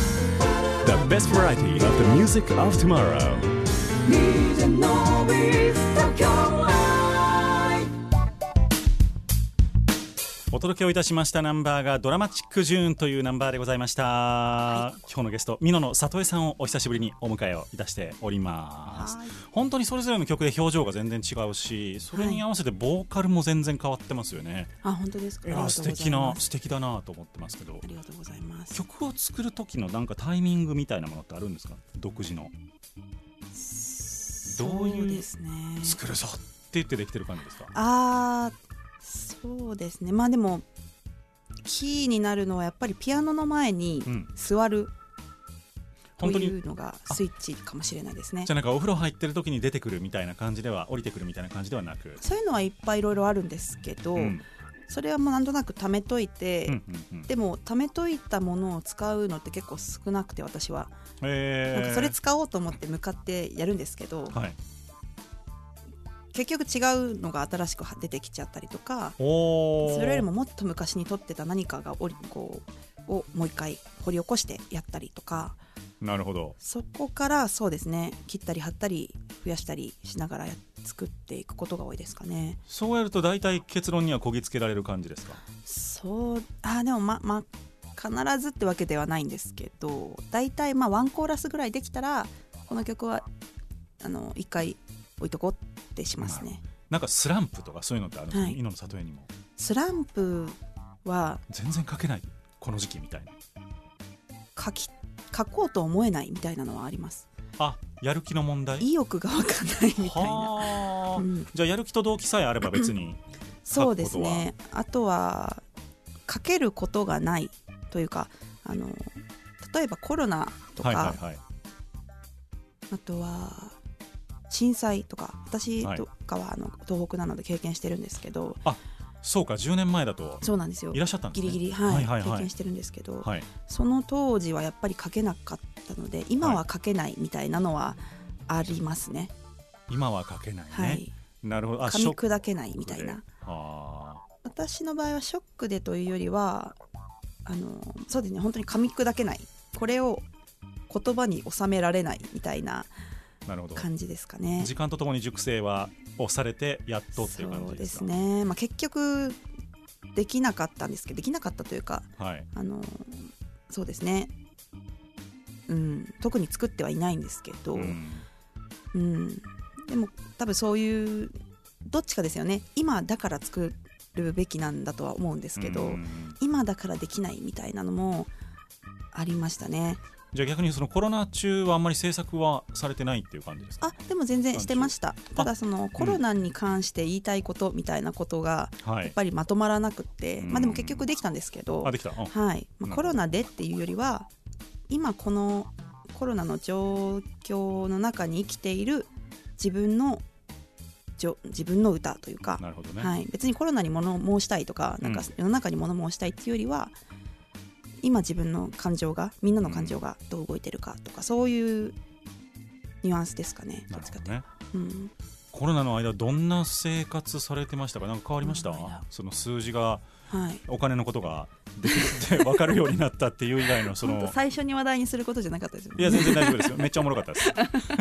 The best variety of the music of tomorrow。 お届けをいたしましたナンバーがドラマチックジューンというナンバーでございました、はい、今日のゲスト美濃の里江さんをお久しぶりにお迎えをいたしております。本当にそれぞれの曲で表情が全然違うし、それに合わせてボーカルも全然変わってますよね。 あ、本当ですか。 いや素敵な素敵だなと思ってますけど。 ありがとうございます。 曲を作る時のなんかタイミングみたいなものってあるんですか、独自の。どういう作るぞって言ってできてる感じですか。 あー、そうですね。まあでもキーになるのはやっぱりピアノの前に座る、うん、というのがスイッチかもしれないですね。 じゃあなんかお風呂入ってる時に出てくるみたいな感じでは、降りてくるみたいな感じではなく、 そういうのはいっぱいいろいろあるんですけど、うん、 それはもうなんとなく貯めといて、 うんうんうん、 でも貯めといたものを使うのって結構少なくて、私は、 えー、 なんかそれ使おうと思って向かってやるんですけど、 はい、 結局違うのが新しく出てきちゃったりとか、 おそれよりももっと昔に撮ってた何かがおりこうをもう一回掘り起こしてやったりとか、 なるほど。 そこからそうですね、切ったり貼ったり増やしたりしながらや作っていくことが多いですかね。 そうやると大体結論にはこぎつけられる感じですか？ そうあでもまま必ずってわけではないんですけど、大体まあワンコーラスぐらいできたらこの曲はあの一回置いとこうってしますね。 なんかスランプとかそういうのってあるんですか？ はい、 イノの里にもスランプは全然書けないこの時期みたいな、 書き書こうと思えないみたいなのはあります。 あ、やる気の問題、 意欲がわかんないみたいな、 は、うん、じゃあやる気と動機さえあれば別にそうですね。あとは書けることがないというか、あの例えばコロナとか、はいはいはい、あとは震災とか、私とかはあの東北なので経験してるんですけど、 あ、そうか、じゅうねんまえだとそうなんですよ、 いらっしゃったんですね。 ギリギリ、はいはいはいはい、 経験してるんですけど、 はい、 その当時はやっぱり書けなかったので、今は書けないみたいなのはありますね。 今は書けないね、はい、なるほど。あ、 噛み砕けないみたいな。 あ、 私の場合はショックでというよりは、あのそうですね、本当に噛み砕けない、これを言葉に収められないみたいな感じですかね。 時間とともに熟成はをされてやっとっていう感じですか？ そうですね、まあ、結局できなかったんですけど、できなかったというか、 はい、 あのそうですね、うん、特に作ってはいないんですけど、うんうん、でも多分そういうどっちかですよね。今だから作るべきなんだとは思うんですけど、うん、今だからできないみたいなのもありましたね。 じゃあ逆にそのコロナ中はあんまり制作はされてないっていう感じですか？ あ、でも全然してました。ただそのコロナに関して言いたいことみたいなことがやっぱりまとまらなくて、はい、まあ、でも結局できたんですけど、 あ、できた、 はい、まあ、コロナでっていうよりは今このコロナの状況の中に生きている自分の自分の歌というか、 なるほどね、 はい、別にコロナに物申したいとか、なんか世の中に物申したいっていうよりは、今自分の感情が、みんなの感情がどう動いてるかとか、そういうニュアンスですかね。 なるほどね、 うん、 コロナの間どんな生活されてましたか？なんか変わりました？その数字が、はい、お金のことができるって分かるようになったっていう以外のその最初に話題にすることじゃなかったですよね。 いや全然大丈夫ですよ。めっちゃおもろかったです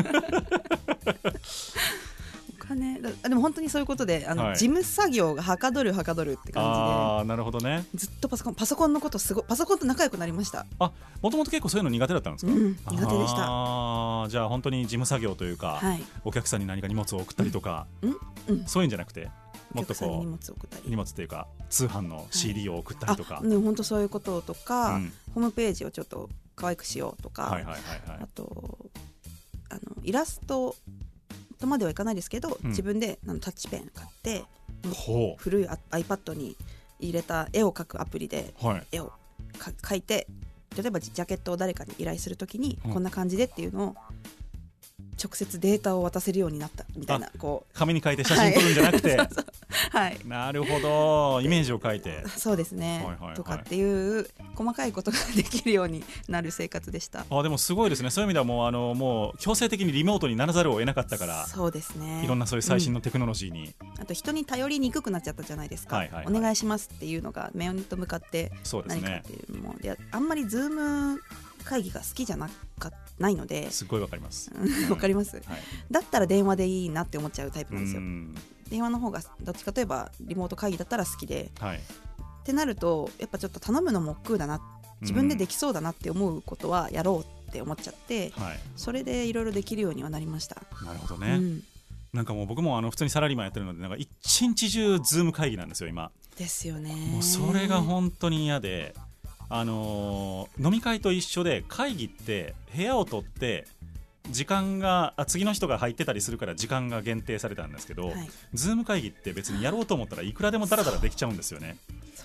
お金だ、でも本当にそういうことで、あの、はい、事務作業がはかどるはかどるって感じで、 あー、なるほどね、 ずっとパソコンパソコンのことすごい、パソコンと仲良くなりました。 あ、もともと結構そういうの苦手だったんですか？ うん、苦手でした。 あ、じゃあ本当に事務作業というか、はい、お客さんに何か荷物を送ったりとか、 うんうん、 そういうんじゃなくて、もっとこう荷物を送ったり、 荷物というか通販の シーディー を送ったりとか、 はい、ね、本当そういうこととか、うん、ホームページをちょっと可愛くしようとか、 はいはいはいはい、 あとあのイラストとまではいかないですけど、うん、自分であのタッチペン買って古い iPad に入れた絵を描くアプリで絵をか描いて、例えばジャケットを誰かに依頼するときに、うん、こんな感じでっていうのを直接データを渡せるようになったみたいな、こう紙に書いて写真撮るんじゃなくて、 はいそうそう、はい、 なるほど、イメージを書いて、 そうですね、はいはいはい、とかっていう細かいことができるようになる生活でした。 あ、でもすごいですね。そういう意味ではもうあのもう強制的にリモートにならざるを得なかったから、 そうですね、 いろんなそういう最新のテクノロジーに、 うん、あと人に頼りにくくなっちゃったじゃないですか、はいはいはい、お願いしますっていうのが面と向かって何かっていうのも、で、あんまりズーム会議が好きじゃなかないので、 すごいわかりますわかります、はい、だったら電話でいいなって思っちゃうタイプなんですよ。 うん、 電話の方がどっちかといえばリモート会議だったら好きで、 はい、 ってなるとやっぱちょっと頼むのも億劫だな、自分でできそうだなって思うことはやろうって思っちゃって、 はい、 それでいろいろできるようにはなりました。 なるほどね、うん、なんかもう僕もあの普通にサラリーマンやってるので、なんか一日中ズーム会議なんですよ今。 ですよね。 もうそれが本当に嫌で、あのー、飲み会と一緒で会議って部屋を取って時間があ次の人が入ってたりするから時間が限定されたんですけど、はい、ズーム会議って別にやろうと思ったらいくらでもダラダラできちゃうんですよね。 そうなんですよ。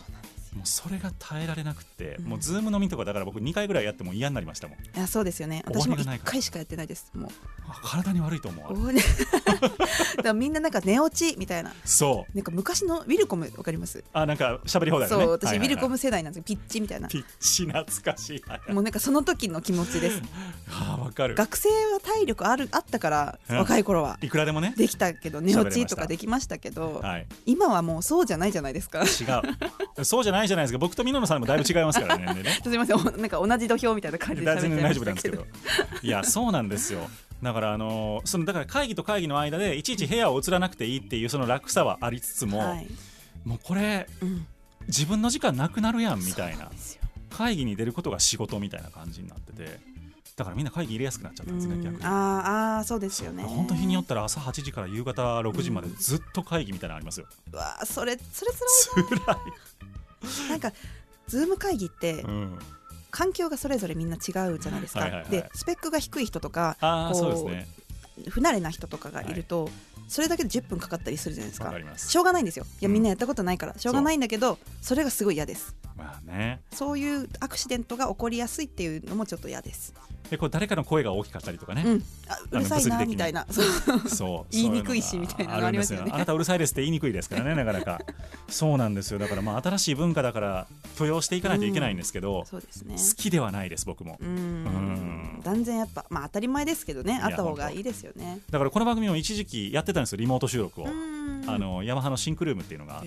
ですよ。 もうそれが耐えられなくて、 うん、 もうズーム飲みとかだから僕にかいぐらいやっても嫌になりましたもん。いやそうですよね。私もいっかいしかやってないです。もう体に悪いと思う。 だからみんななんか寝落ちみたいな。 そうなんか昔のウィルコムわかります？ あ、なんか喋り放題だね。 そう、私、 はいはいはい、 ウィルコム世代なんですよ。ピッチみたいな。 ピッチ懐かしい。 もうなんかその時の気持ちです。 はあ、わかる。 学生は体力あるあったから、うん、若い頃はいくらでもねできたけど、寝落ちとかできましたけど、はい、今はもうそうじゃないじゃないですか。 違うそうじゃないじゃないですか。僕と美濃さんもだいぶ違いますからね。ねすみません、なんか同じ土俵みたいな感じで喋っちゃいましたけど。 大丈夫なんですけどいやそうなんですよ。だからあのそのだから会議と会議の間でいちいち部屋を移らなくていいっていうその楽さはありつつも、はい、もうこれ、うん、自分の時間なくなるやんみたいな、会議に出ることが仕事みたいな感じになってて、だからみんな会議入れやすくなっちゃったんですね、逆に。 ああそうですよね。 本当日によったら朝はちじから夕方ろくじまでずっと会議みたいなのありますよ。 うわそれそれつらいな。辛いなんかズーム会議って、うん、環境がそれぞれみんな違うじゃないですか、はいはいはい、でスペックが低い人とかあそうですね、 不慣れな人とかがいると、はい、それだけでじゅっぷんかかったりするじゃないですか。 わかります。 しょうがないんですよ。いやみんなやったことないから、うん、しょうがないんだけど そ, それがすごい嫌です。 まあね、 そういうアクシデントが起こりやすいっていうのもちょっと嫌です。 でこう誰かの声が大きかったりとかね、 うん、あうるさいなみたいな、そうそう言いにくいしみたいなのありますよね。 あなたうるさいですって言いにくいですからね、なかなかそうなんですよ。だからまあ新しい文化だから許容していかないといけないんですけど、うん、そうですね、好きではないです僕も。うんうん断然やっぱ、まあ、当たり前ですけどね、あった方がいいですよね。 だからこの番組も一時期やってたんですよ、リモート収録を。あのヤマハのシンクルームっていうのがあって、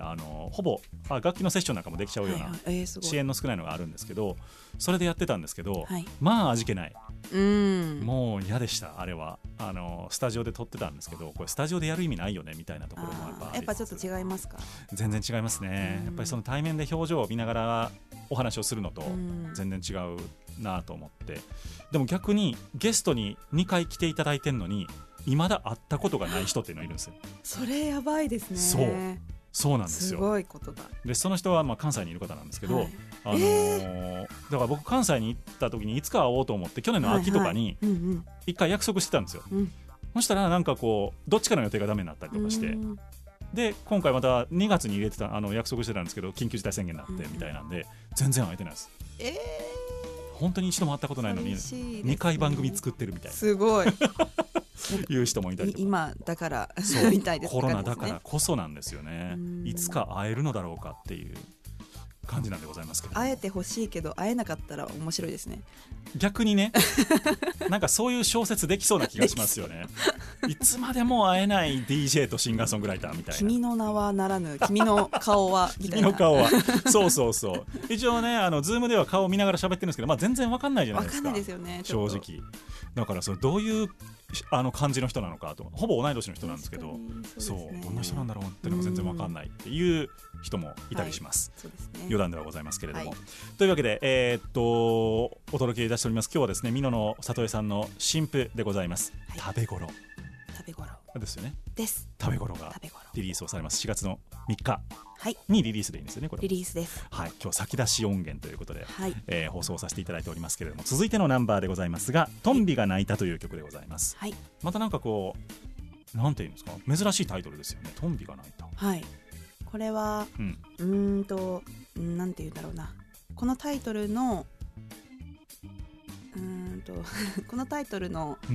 あのほぼあ楽器のセッションなんかもできちゃうような、はいはいえー、支援の少ないのがあるんですけど、それでやってたんですけど、はい、まあ味気ない。うんもう嫌でした。あれはあのスタジオで撮ってたんですけど、これスタジオでやる意味ないよねみたいなところもやっぱやっぱちょっと違いますか。 全然違いますね。やっぱりその対面で表情を見ながらお話をするのと全然違うなと思って、でも逆にゲストににかい来ていただいてるのに未だ会ったことがない人っていうのがいるんですよ。 それやばいですね。 そうそうなんですよ。 すごいことだ。 でその人はまあ関西にいる方なんですけど、はいあのーえー、だから僕関西に行った時にいつか会おうと思って去年の秋とかに一回約束してたんですよ、はいはいうんうん、そしたらなんかこうどっちかの予定がダメになったりとかして、うん、で今回またにがつに入れてたあの約束してたんですけど緊急事態宣言になってみたいなんで、うん、全然会えてないです、えー、本当に一度も会ったことないのににかい番組作ってるみたいなすごいいう人もいたりとか今だからみたいです、ね、 コロナだからこそなんですよね。いつか会えるのだろうかっていう感じなんでございますけど、 会えてほしいけど会えなかったら面白いですね。 逆にねなんかそういう小説できそうな気がしますよねいつまでも会えない ディージェー とシンガーソングライターみたいな、 君の名はならぬ君の顔はみたいな君の顔はそうそうそう一応ねあのズームでは顔を見ながら喋ってるんですけど、まあ、全然わかんないじゃないですか。 わかんないですよね正直。だからそれどういうあの感じの人なのかと、ほぼ同い年の人なんですけど、そう、ね、どんな人なんだろうっていうのが全然わかんないっていう人もいたりします、はい、そうですね、余談ではございますけれども、はい、というわけで、えー、っとお届けいたしております。今日はですね美濃の里江さんの新譜でございます、はい、食べ頃食べ頃ですよね。 です食べ頃がリリースをされます。しがつのみっかにリリースでいいんですよね、これ。 リリースです、 はい、今日先出し音源ということで、はいえー、放送させていただいておりますけれども、続いてのナンバーでございますがトンビが鳴いたという曲でございます、はい、またなんかこうなんていうんですか、珍しいタイトルですよね、トンビが鳴いた。 はい、これはうん、うーんとなんていうんだろうな、このタイトルのうーんとこのタイトルの、うん、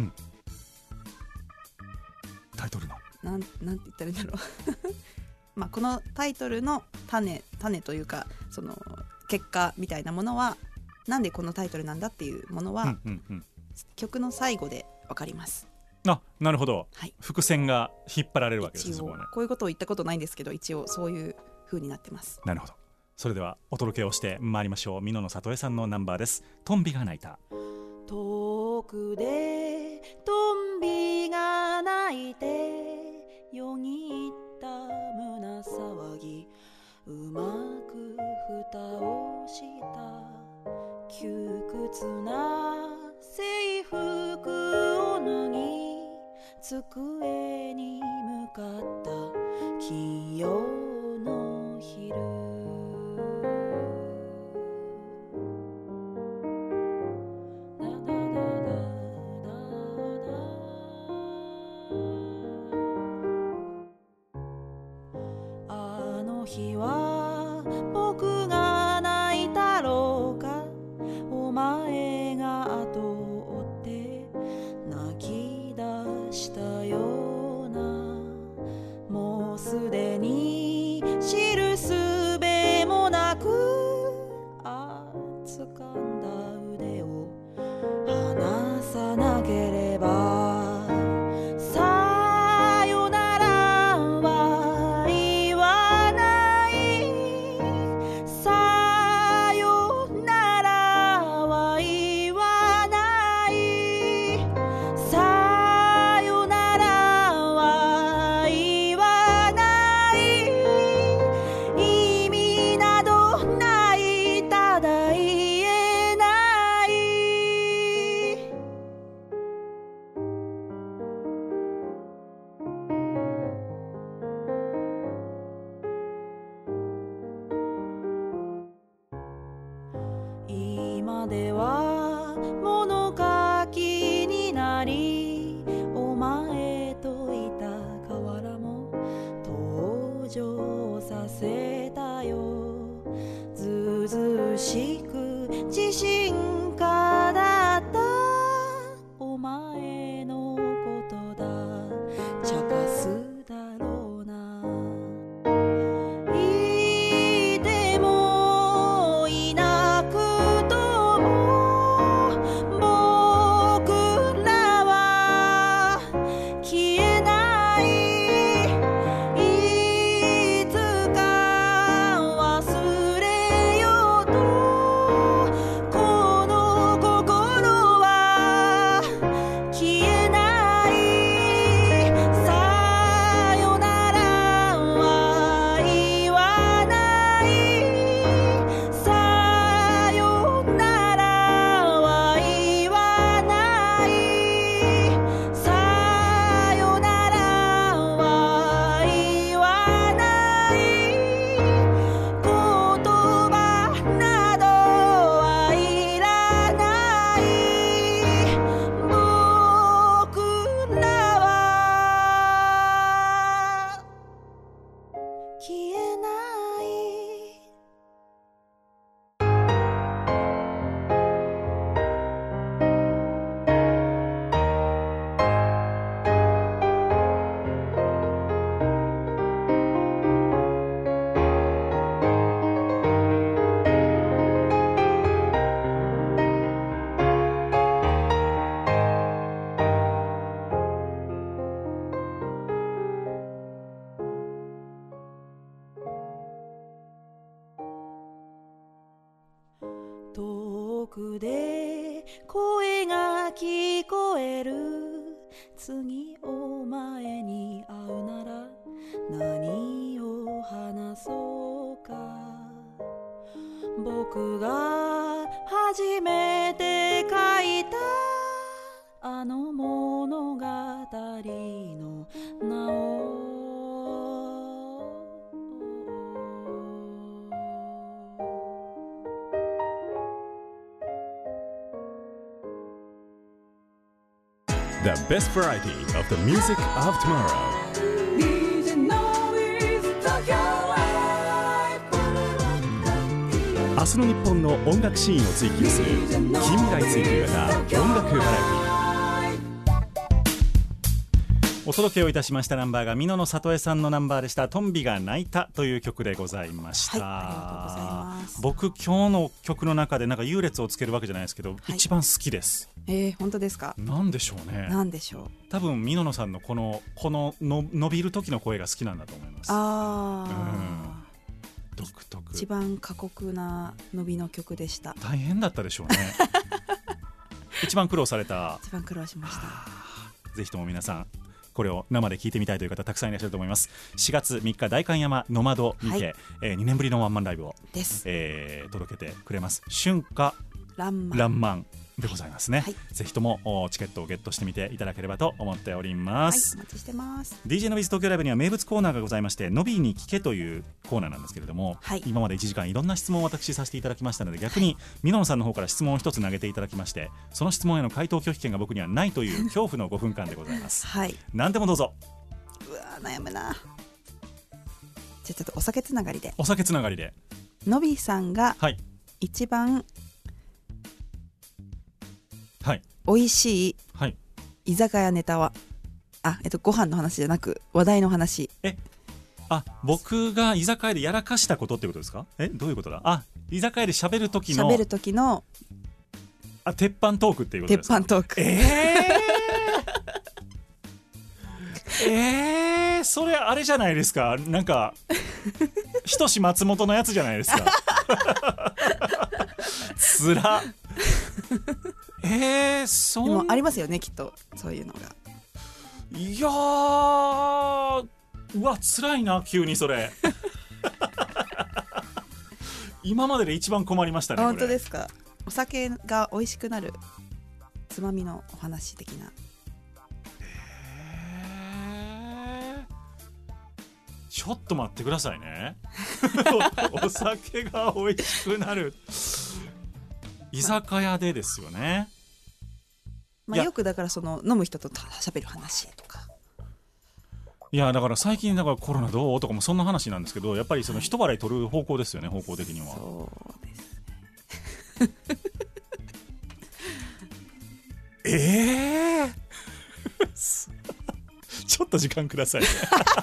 タイトルのなんなんて言ったらいいんだろうまあこのタイトルの種種というかその結果みたいなものはなんでこのタイトルなんだっていうものは、うんうんうん、曲の最後で分かります。 あ、なるほど、はい、伏線が引っ張られるわけですね。 こういうことを言ったことないんですけど一応そういう風になってます。 なるほど。それではお届けをしてまいりましょう。美濃の里江さんのナンバーです。トンビが鳴いた。 遠くでトンビが鳴いてよぎった胸騒ぎ、うまく蓋をした窮屈な制服を脱ぎ机に向かった金曜の昼、日は僕前が後を追って泣き出したような、もうすでに知るすべもなく、あ掴んだ腕を離さなければ、さよならは言わない、さよならは言わない、さよならは言わない、意味などない、ただ言えない。今では物書きになり、お前といた河原も登場させたよ。ずうずうしく自信家だったお前のことだ、茶化すだろうな。いてもいなくとも僕らは消えない、いつか忘れようとこの心は消えない、さよならは言わない、さよならは言わない、さよならは言わない、言葉などはいらない、僕らは消えない。遠くで声が聞こえる、次お前に会うなら何を話そうか、僕が初めて書いたあの物語の名を The best variety of the music of tomorrow. 明日の日本の音楽シーンを追求する近未来追求型音楽バラエティ。お届けをいたしましたナンバーが美濃の里江さんのナンバーでした。トンビが鳴いたという曲でございました。 はい、ありがとうございます。 僕今日の曲の中でなんか優劣をつけるわけじゃないですけど、 はい、 一番好きです。 えー、本当ですか。 なんでしょうね。 なんでしょう。 多分美濃さんのこのこのの伸びる時の声が好きなんだと思います。 ああ、 うん、独特。 一番過酷な伸びの曲でした。 大変だったでしょうね。一番苦労された。 一番苦労しました。 ぜひとも皆さんこれを生で聞いてみたいという方たくさんいらっしゃると思います。しがつみっか代官山の窓にて、はい、えー、にねんぶりのワンマンライブをです、えー、届けてくれます。春夏らんまんでございますね、はい、ぜひともチケットをゲットしてみていただければと思っております、 はい、お待ちしてます。 ディージェー のビズ東京ライブには名物コーナーがございまして、のびに聞けというコーナーなんですけれども、はい、今までいちじかんいろんな質問を私させていただきましたので、逆に美濃さんの方から質問を一つ投げていただきまして、その質問への回答拒否権が僕にはないという恐怖のごふんかんでございます、はい、何でもどうぞ。 うわ悩むな。じゃあちょっとお酒つながりでお酒つながりでのびさんが一番はい、 美味しい居酒屋ネタは、あ、えっと、ご飯の話じゃなく話題の話。 えあ僕が居酒屋でやらかしたことってことですか？えどういうことだ？あ居酒屋で喋る時の喋る時のあ鉄板トークっていうことですか？ 鉄板トーク。 えー、えー、それあれじゃないですか、なんかひとし松本のやつじゃないですかつらえー、そんでもありますよねきっとそういうのが。 いやーうわ辛いな急にそれ今までで一番困りましたね。 本当ですか？お酒が美味しくなるつまみのお話的な。 えー、ちょっと待ってくださいねお酒が美味しくなる居酒屋でですよね。 まあ、よくだからその飲む人と喋る話とか。 いやだから最近だからコロナどうとかもそんな話なんですけど、やっぱりその人払い取る方向ですよね、方向的には。 そうですねえーちょっと時間くださいね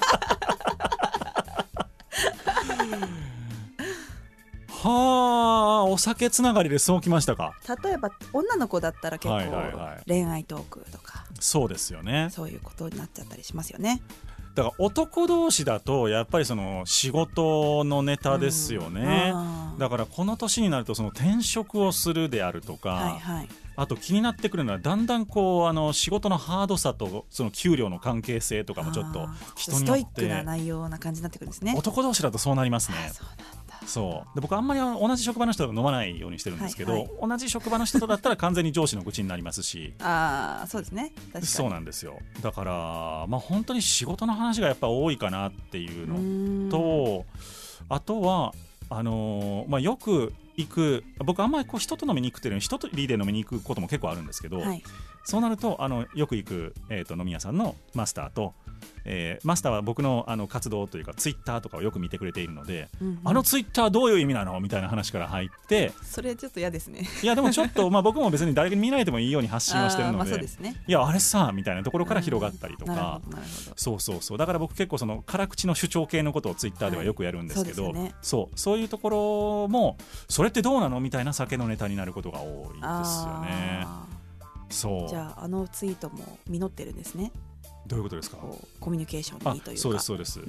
はあお酒つながりでそうきましたか。 例えば女の子だったら結構はいはいはい、 恋愛トークとかそうですよね。 そういうことになっちゃったりしますよね。 だから男同士だとやっぱりその仕事のネタですよね、うん、だからこの年になるとその転職をするであるとか、 はいはい、 あと気になってくるのはだんだんこうあの仕事のハードさとその給料の関係性とかもちょっと人によってストイックな内容な感じになってくるんですね。 男同士だとそうなりますね。 そうなんだ。 そうで僕あんまり同じ職場の人と飲まないようにしてるんですけど、はいはい、同じ職場の人とだったら完全に上司の愚痴になりますしあそうですね、確かにそうなんですよ。だからまあ本当に仕事の話がやっぱ多いかなっていうのと、あとはあのーまあ、よく行く僕あんまりこう人と飲みに行くっていうのに一人で飲みに行くことも結構あるんですけど、はい、そうなるとあのよく行く、えーと、飲み屋さんのマスターと、えー、マスターは僕 の, あの活動というかツイッターとかをよく見てくれているので、うんうん、あのツイッターどういう意味なのみたいな話から入ってそれちょっと嫌ですね。 いやでもちょっと、まあ、僕も別に誰に見られてもいいように発信はしてるの で, まあそうですね、 いやあれさみたいなところから広がったりとか、 なるほどなるほど。 そうそうそうだから僕結構その辛口の主張系のことをツイッターではよくやるんですけど、はい、そうですね、そうそういうところもそれってどうなのみたいな酒のネタになることが多いですよね。そうじゃああのツイートも実ってるんですね。 どういうことですか？ コミュニケーションにというか。 そうですそうです、うん、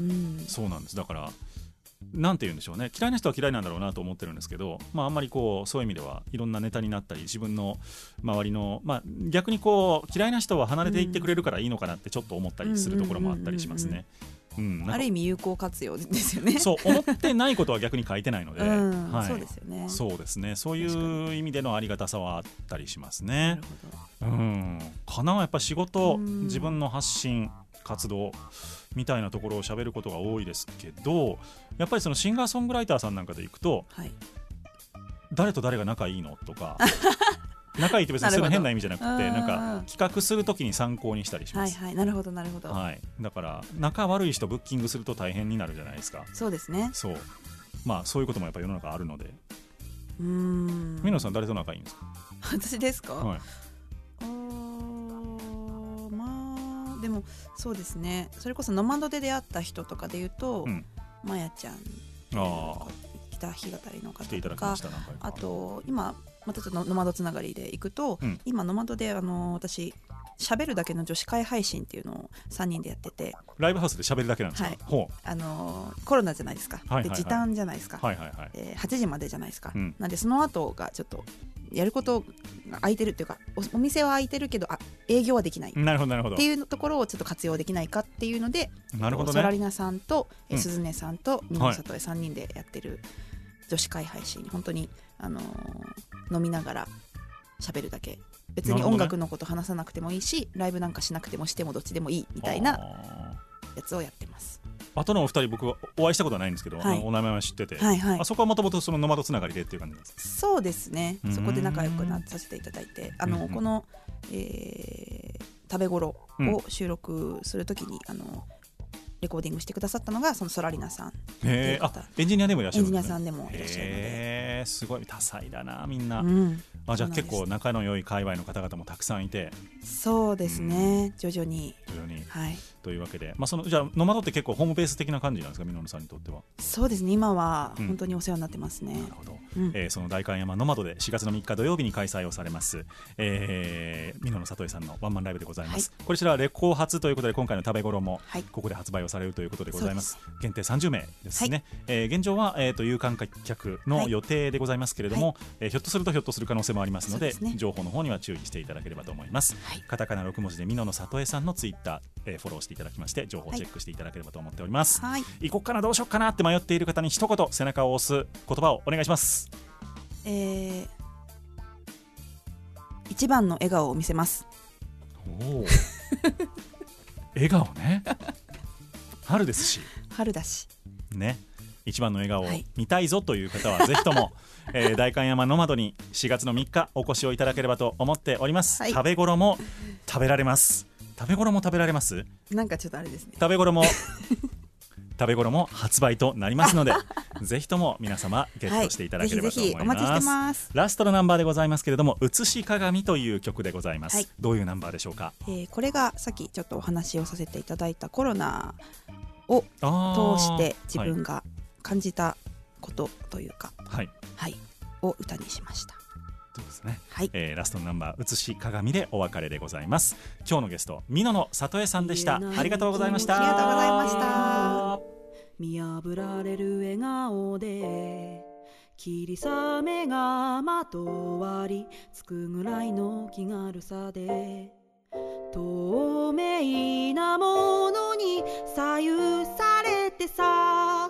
そうなんです。だからなんて言うんでしょうね、嫌いな人は嫌いなんだろうなと思ってるんですけど、まあ、あんまりこうそういう意味ではいろんなネタになったり自分の周りの、まあ、逆にこう嫌いな人は離れていってくれるからいいのかなってちょっと思ったりするところもあったりしますね。うん、 ある意味有効活用ですよね。 そう思ってないことは逆に書いてないので、 うんはい、 そうですよね。 そうですね、そういう意味でのありがたさはあったりしますね。なるほど、うん、かなやっぱ仕事、自分の発信活動みたいなところを喋ることが多いですけど、やっぱりそのシンガーソングライターさんなんかでいくと、はい、誰と誰が仲いいのとか仲いいって別にそれは変な意味じゃなくてなんか企画するときに参考にしたりします。 はいはい、なるほどなるほど、 はい、だから仲悪い人ブッキングすると大変になるじゃないですか。 そうですね。 そう、まあそういうこともやっぱ世の中あるので。 うーん、 皆さん誰と仲いいんですか？ 私ですか？はい、あまあでもそうですね、それこそノマドで出会った人とかでいうと、うん、まやちゃん、あ北日語りの方とか、あと今またちょっとノマドつながりでいくと、うん、今ノマドであの私喋るだけの女子会配信っていうのをさんにんでやってて、 ライブハウスで喋るだけなんですか？はい、ほう、 あのコロナじゃないですか、はいはいはい、で時短じゃないですか、はいはいはい、えー、はちじまでじゃないですか、うん、なんでその後がちょっとやることが空いてるっていうか お, お店は空いてるけどあ営業はできないっていうところをちょっと活用できないかっていうので、なるほどね、ソラリナさんと、うん、鈴音さんと美濃里江さんにんでやってる女子会配信、本当に、あのー、飲みながら喋るだけ、別に音楽のこと話さなくてもいいし、ね、ライブなんかしなくてもしてもどっちでもいいみたいなやつをやってます。あとのお二人僕はお会いしたことはないんですけど、はい、お名前は知ってて、はいはい、あそこはもともとそのノマドつながりでっていう感じですか？ そうですね、そこで仲良くなさせていただいて、あの、うんうん、この、えー、食べ頃を収録するときに、うん、あのレコーディングしてくださったのがそのソラリナさん。 へー、あエンジニアでもいらっしゃるんですね。 エンジニアさんでもいらっしゃるので、 へー、すごい多彩だなみんな、 うん、 あじゃあ結構仲の良い界隈の方々もたくさんいて。 そうですね、うん、徐々に徐々に、 はい、 というわけで、まあ、そのじゃあノマドって結構ホームベース的な感じなんですか、みのるさんにとっては。 そうですね、今は本当にお世話になってますね、うん、 なるほど、うんえー、その代官山ノマドでしがつのみっか土曜日に開催をされます、えー、美濃の里江さんのワンマンライブでございます、はい、こちらはレコ発ということで今回の食べ頃もここで発売をされるということでございます、はい、限定さんじゅうめいですね、はいえー、現状は、えー、と有観客の予定でございますけれども、はいえー、ひょっとするとひょっとする可能性もありますの で, で、ね、情報の方には注意していただければと思います、はい、カタカナろくもじで美濃の里江さんのツイッター、えー、フォローしていただきまして情報をチェックしていただければと思っております、はい、行こっかなどうしよっかなって迷っている方に一言背中を押す言葉をお願いします。 えー、一番の笑顔を見せます。 お笑顔ね春ですし春だしね、一番の笑顔を見たいぞという方はぜひとも、えー、代官山ノマドにしがつのみっかお越しをいただければと思っております、はい、食べ頃も食べられます。食べ頃も食べられます。 なんかちょっとあれですね、 食べ頃も食べ頃も発売となりますのでぜひとも皆様ゲットしていただければと思います、 はい、ぜひぜひお待ちしてます。 ラストのナンバーでございますけれども、映し鏡という曲でございます、はい、どういうナンバーでしょうか。 えー、これがさっきちょっとお話をさせていただいたコロナを通して自分が感じたことというか、はいはい、を歌にしました。 そうですね、はいえー、ラストのナンバー映し鏡でお別れでございます。今日のゲスト美濃の里江さんでした。ありがとうございました。 ありがとうございました。 見破られる笑顔で霧雨がまとわりつくぐらいの気軽さで透明なものに左右されてさ、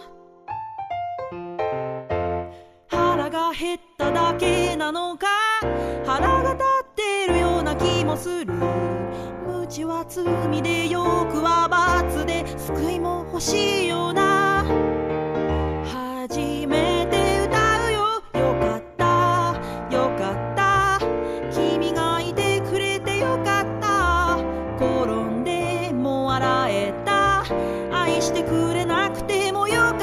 腹が減っただけなのか腹が立ってるような気もする。無知は罪で欲は罰で救いも欲しいような。初めて歌うよ、よかったよかった、君がいてくれてよかった。転んでも笑えた、愛してくれなくてもよかった。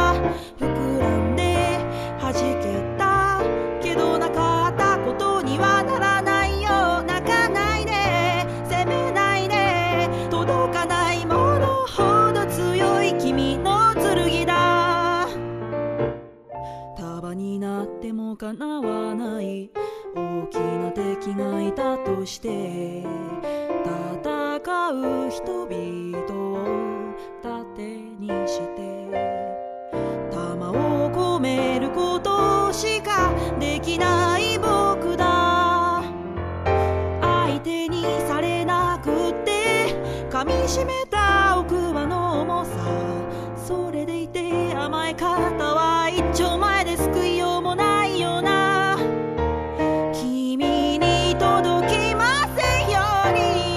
膨らんで弾けたけどなかったことにはならないよ。泣かないで責めないで、届かないものほど強い君の剣だ。束になっても叶わない大きな敵がいたとして戦う人々を盾にして弾を込めることしかできない僕だ。相手にされなくって噛みしめた奥歯の重さ、それでいて甘え方は一丁前で救いようもないよな。君に届きませんように。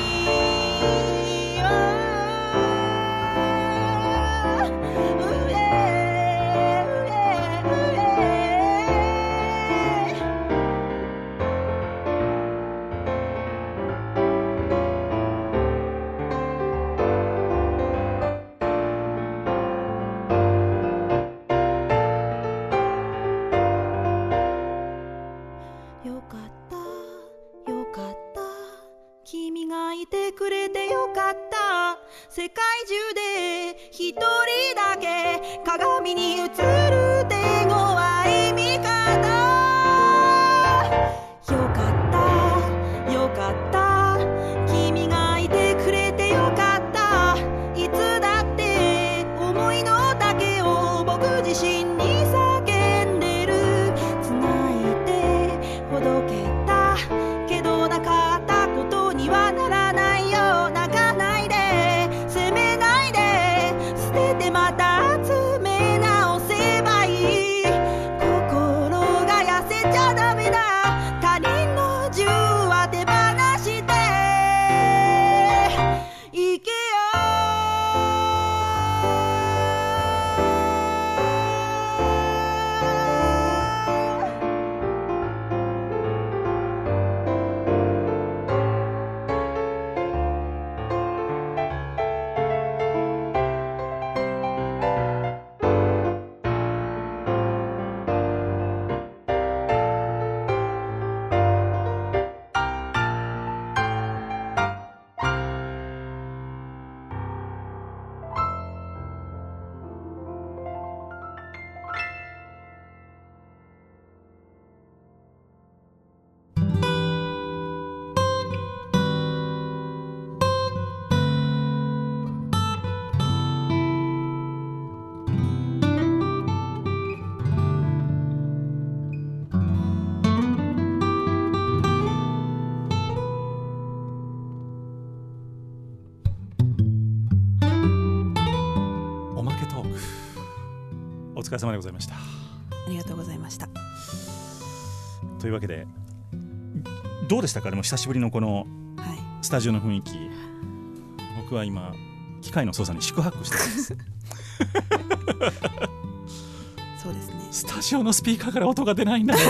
よかったよかった、君がいてくれてよかった。世界中で一人だけ鏡に映る手強い味方。よかったよかった、君がいてくれてよかった。いつだって思いの丈を僕自身に叫んでる。繋いでほどけたけどなかったことにはならないよ。泣かないで責めないで捨ててまた集め直せ疲れ様でございました。 ありがとうございました。 というわけでどうでしたか。でも久しぶりのこのスタジオの雰囲気、はい、僕は今機械の操作に四苦八苦していますそうですね。 スタジオのスピーカーから音が出ないんだよ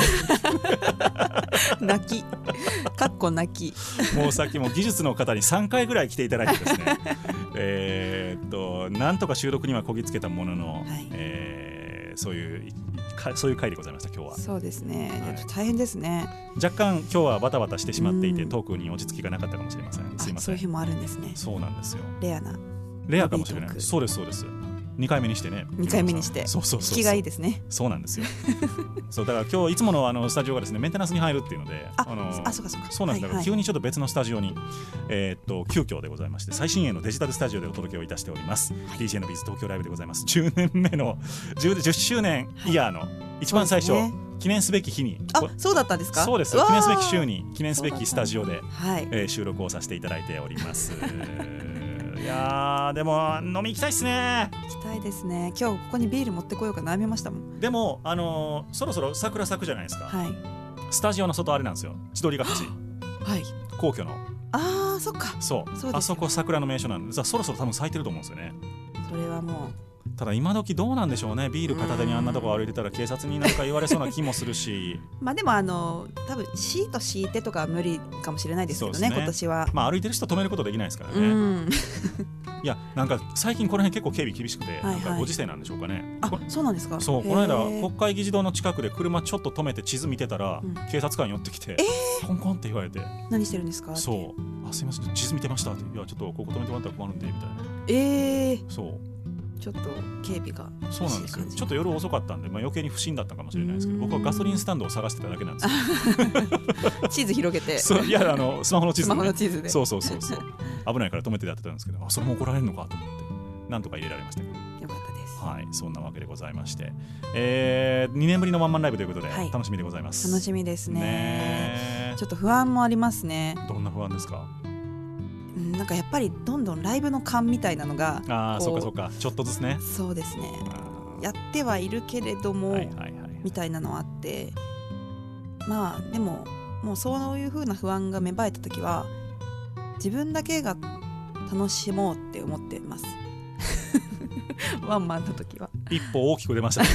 泣きかっこ泣きもうさっきも技術の方にさんかいぐらい来ていただいてですねえっとなんとか収録にはこぎつけたものの、はい、えー、そういうそういう回でございました今日は。そうですね、はい、大変ですね。若干今日はバタバタしてしまっていて、トークに落ち着きがなかったかもしれません。すいません。そういう日もあるんですね。そうなんですよ。レアなレアかもしれない。そうですそうです。にかいめにしてね。にかいめにしてそうそうそうそう、引きがいいですね。そうなんですよそうだから今日いつものあのスタジオがですねメンテナンスに入るっていうので、ああのあそうかそうかそうなんです。だから急にちょっと別のスタジオに、えー、っと急遽でございまして最新鋭のデジタルスタジオでお届けをいたしております、はい、ディージェー のビズ東京ライブでございます。じゅうねんめの 10, じゅっしゅうねんイヤーの一番最初、ね、記念すべき日に、あそうだったんですか。そうです。記念すべき週に記念すべきスタジオで、はい、えー、収録をさせていただいておりますいやでも飲み行きたいですね。行きたいですね。今日ここにビール持ってこようか悩みましたもん。でも、あのー、そろそろ桜咲くじゃないですか、はい、スタジオの外あれなんですよ、千鳥ヶ淵はい皇居のあーそっかそう、そうあそこ桜の名所なんでそろそろ多分咲いてると思うんですよね。それはもうただ今時どうなんでしょうね。ビール片手にあんなとこ歩いてたら警察になんか言われそうな気もするしまあでもあの多分シート敷いてとかは無理かもしれないですけど ね, ね今年はまあ歩いてる人止めることできないですからね、うん、いやなんか最近この辺結構警備厳しくて、はいはい、なんかご時世なんでしょうかね。あそうなんですか。そうこの間国会議事堂の近くで車ちょっと止めて地図見てたら、うん、警察官寄ってきて、えー、コンコンって言われて何してるんですか。そうあすいません地図見てましたって。いやちょっとここ止めてもらったら困るんでみたいな。えー、そうちょっと警備がそうなんですよ。ちょっと夜遅かったんで、まあ、余計に不審だったかもしれないですけど僕はガソリンスタンドを探してただけなんですよ地図広げてそういやあのスマホの地図、ね、スマホの地図でそうそうそうそう危ないから止めてやってたんですけどあそれも怒られるのかと思ってなんとか入れられましたけどよかったです。はいそんなわけでございまして、えー、にねんぶりのワンマンライブということで、はい、楽しみでございます。楽しみです ね, ねちょっと不安もありますね。どんな不安ですか。なんかやっぱりどんどんライブの勘みたいなのがああそうかそうかちょっとずつね。そうですねやってはいるけれども、はいはいはい、みたいなのあってまあでももうそういう風な不安が芽生えた時は自分だけが楽しもうって思ってますワンマンの時は一歩大きく出ましたね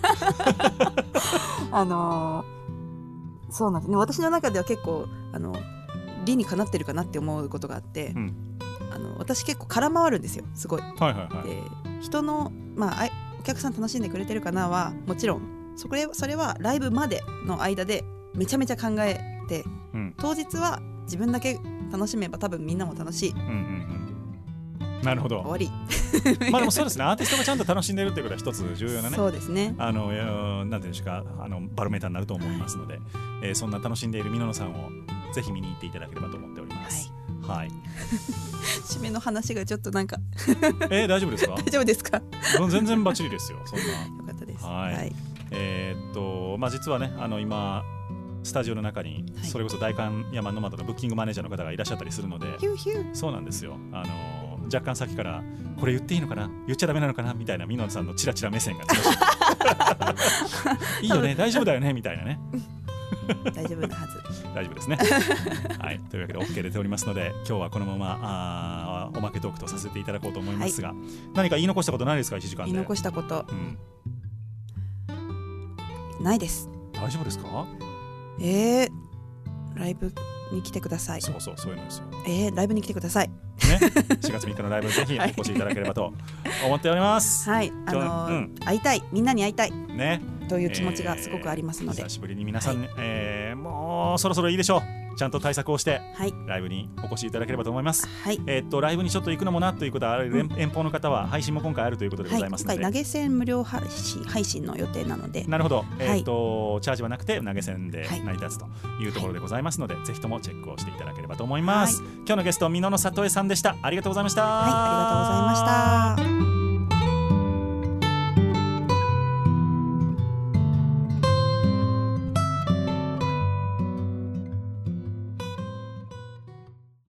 あのー、そうなんですね。私の中では結構あの理にかなってるかなって思うことがあって、うん、あの私結構空回るんですよすごい、はいはいはい、で人の、まあ、お客さん楽しんでくれてるかなはもちろんそれ、それはライブまでの間でめちゃめちゃ考えて、うん、当日は自分だけ楽しめば多分みんなも楽しい、うんうんうん、なるほど終わりまあでもそうですねアーティストがちゃんと楽しんでるっていうことは一つ重要なねそうですねあのなんていうんですかあのバロメーターになると思いますので、はいえー、そんな楽しんでいるみののさんをぜひ見に行っていただければと思っております。はい。はい、締めの話がちょっとなんかえー、大丈夫ですか？大丈夫ですか？全然バッチリですよ。そんな。よかったです。はい。はい、えー、っとまあ実はねあの今スタジオの中にそれこそ代官山ノマドのブッキングマネージャーの方がいらっしゃったりするので、ヒューヒューそうなんですよ。あの若干先からこれ言っていいのかな言っちゃダメなのかなみたいなみのさんのチラチラ目線がいいよね大丈夫だよねみたいなね。大丈夫なはず大丈夫ですね、はい、というわけで OK 出ておりますので今日はこのままあおまけトークとさせていただこうと思いますが、はい、何か言い残したことないですかいちじかんで。言い残したこと、うん、ないです。大丈夫ですか。えー、ライブに来てください。そうそうそういうのですよ。えー、ライブに来てくださいね、しがつみっかのライブぜひお越しいただければと思っておりますはい、あのーうん、会いたいみんなに会いたいねという気持ちがすごくありますので、えー、久しぶりに皆さん、はいえー、もうそろそろいいでしょう。ちゃんと対策をして、はい、ライブにお越しいただければと思います、はいえー、っとライブにちょっと行くのもなということは、うん、遠方の方は配信も今回あるということでございますので、はい、今回投げ銭無料配信、配信の予定なのでなるほど、えーっとはい、チャージはなくて投げ銭で成り立つというところでございますので、はい、ぜひともチェックをしていただければと思います、はい、今日のゲスト美濃野里江さんでした。ありがとうございました。はい、ありがとうございました。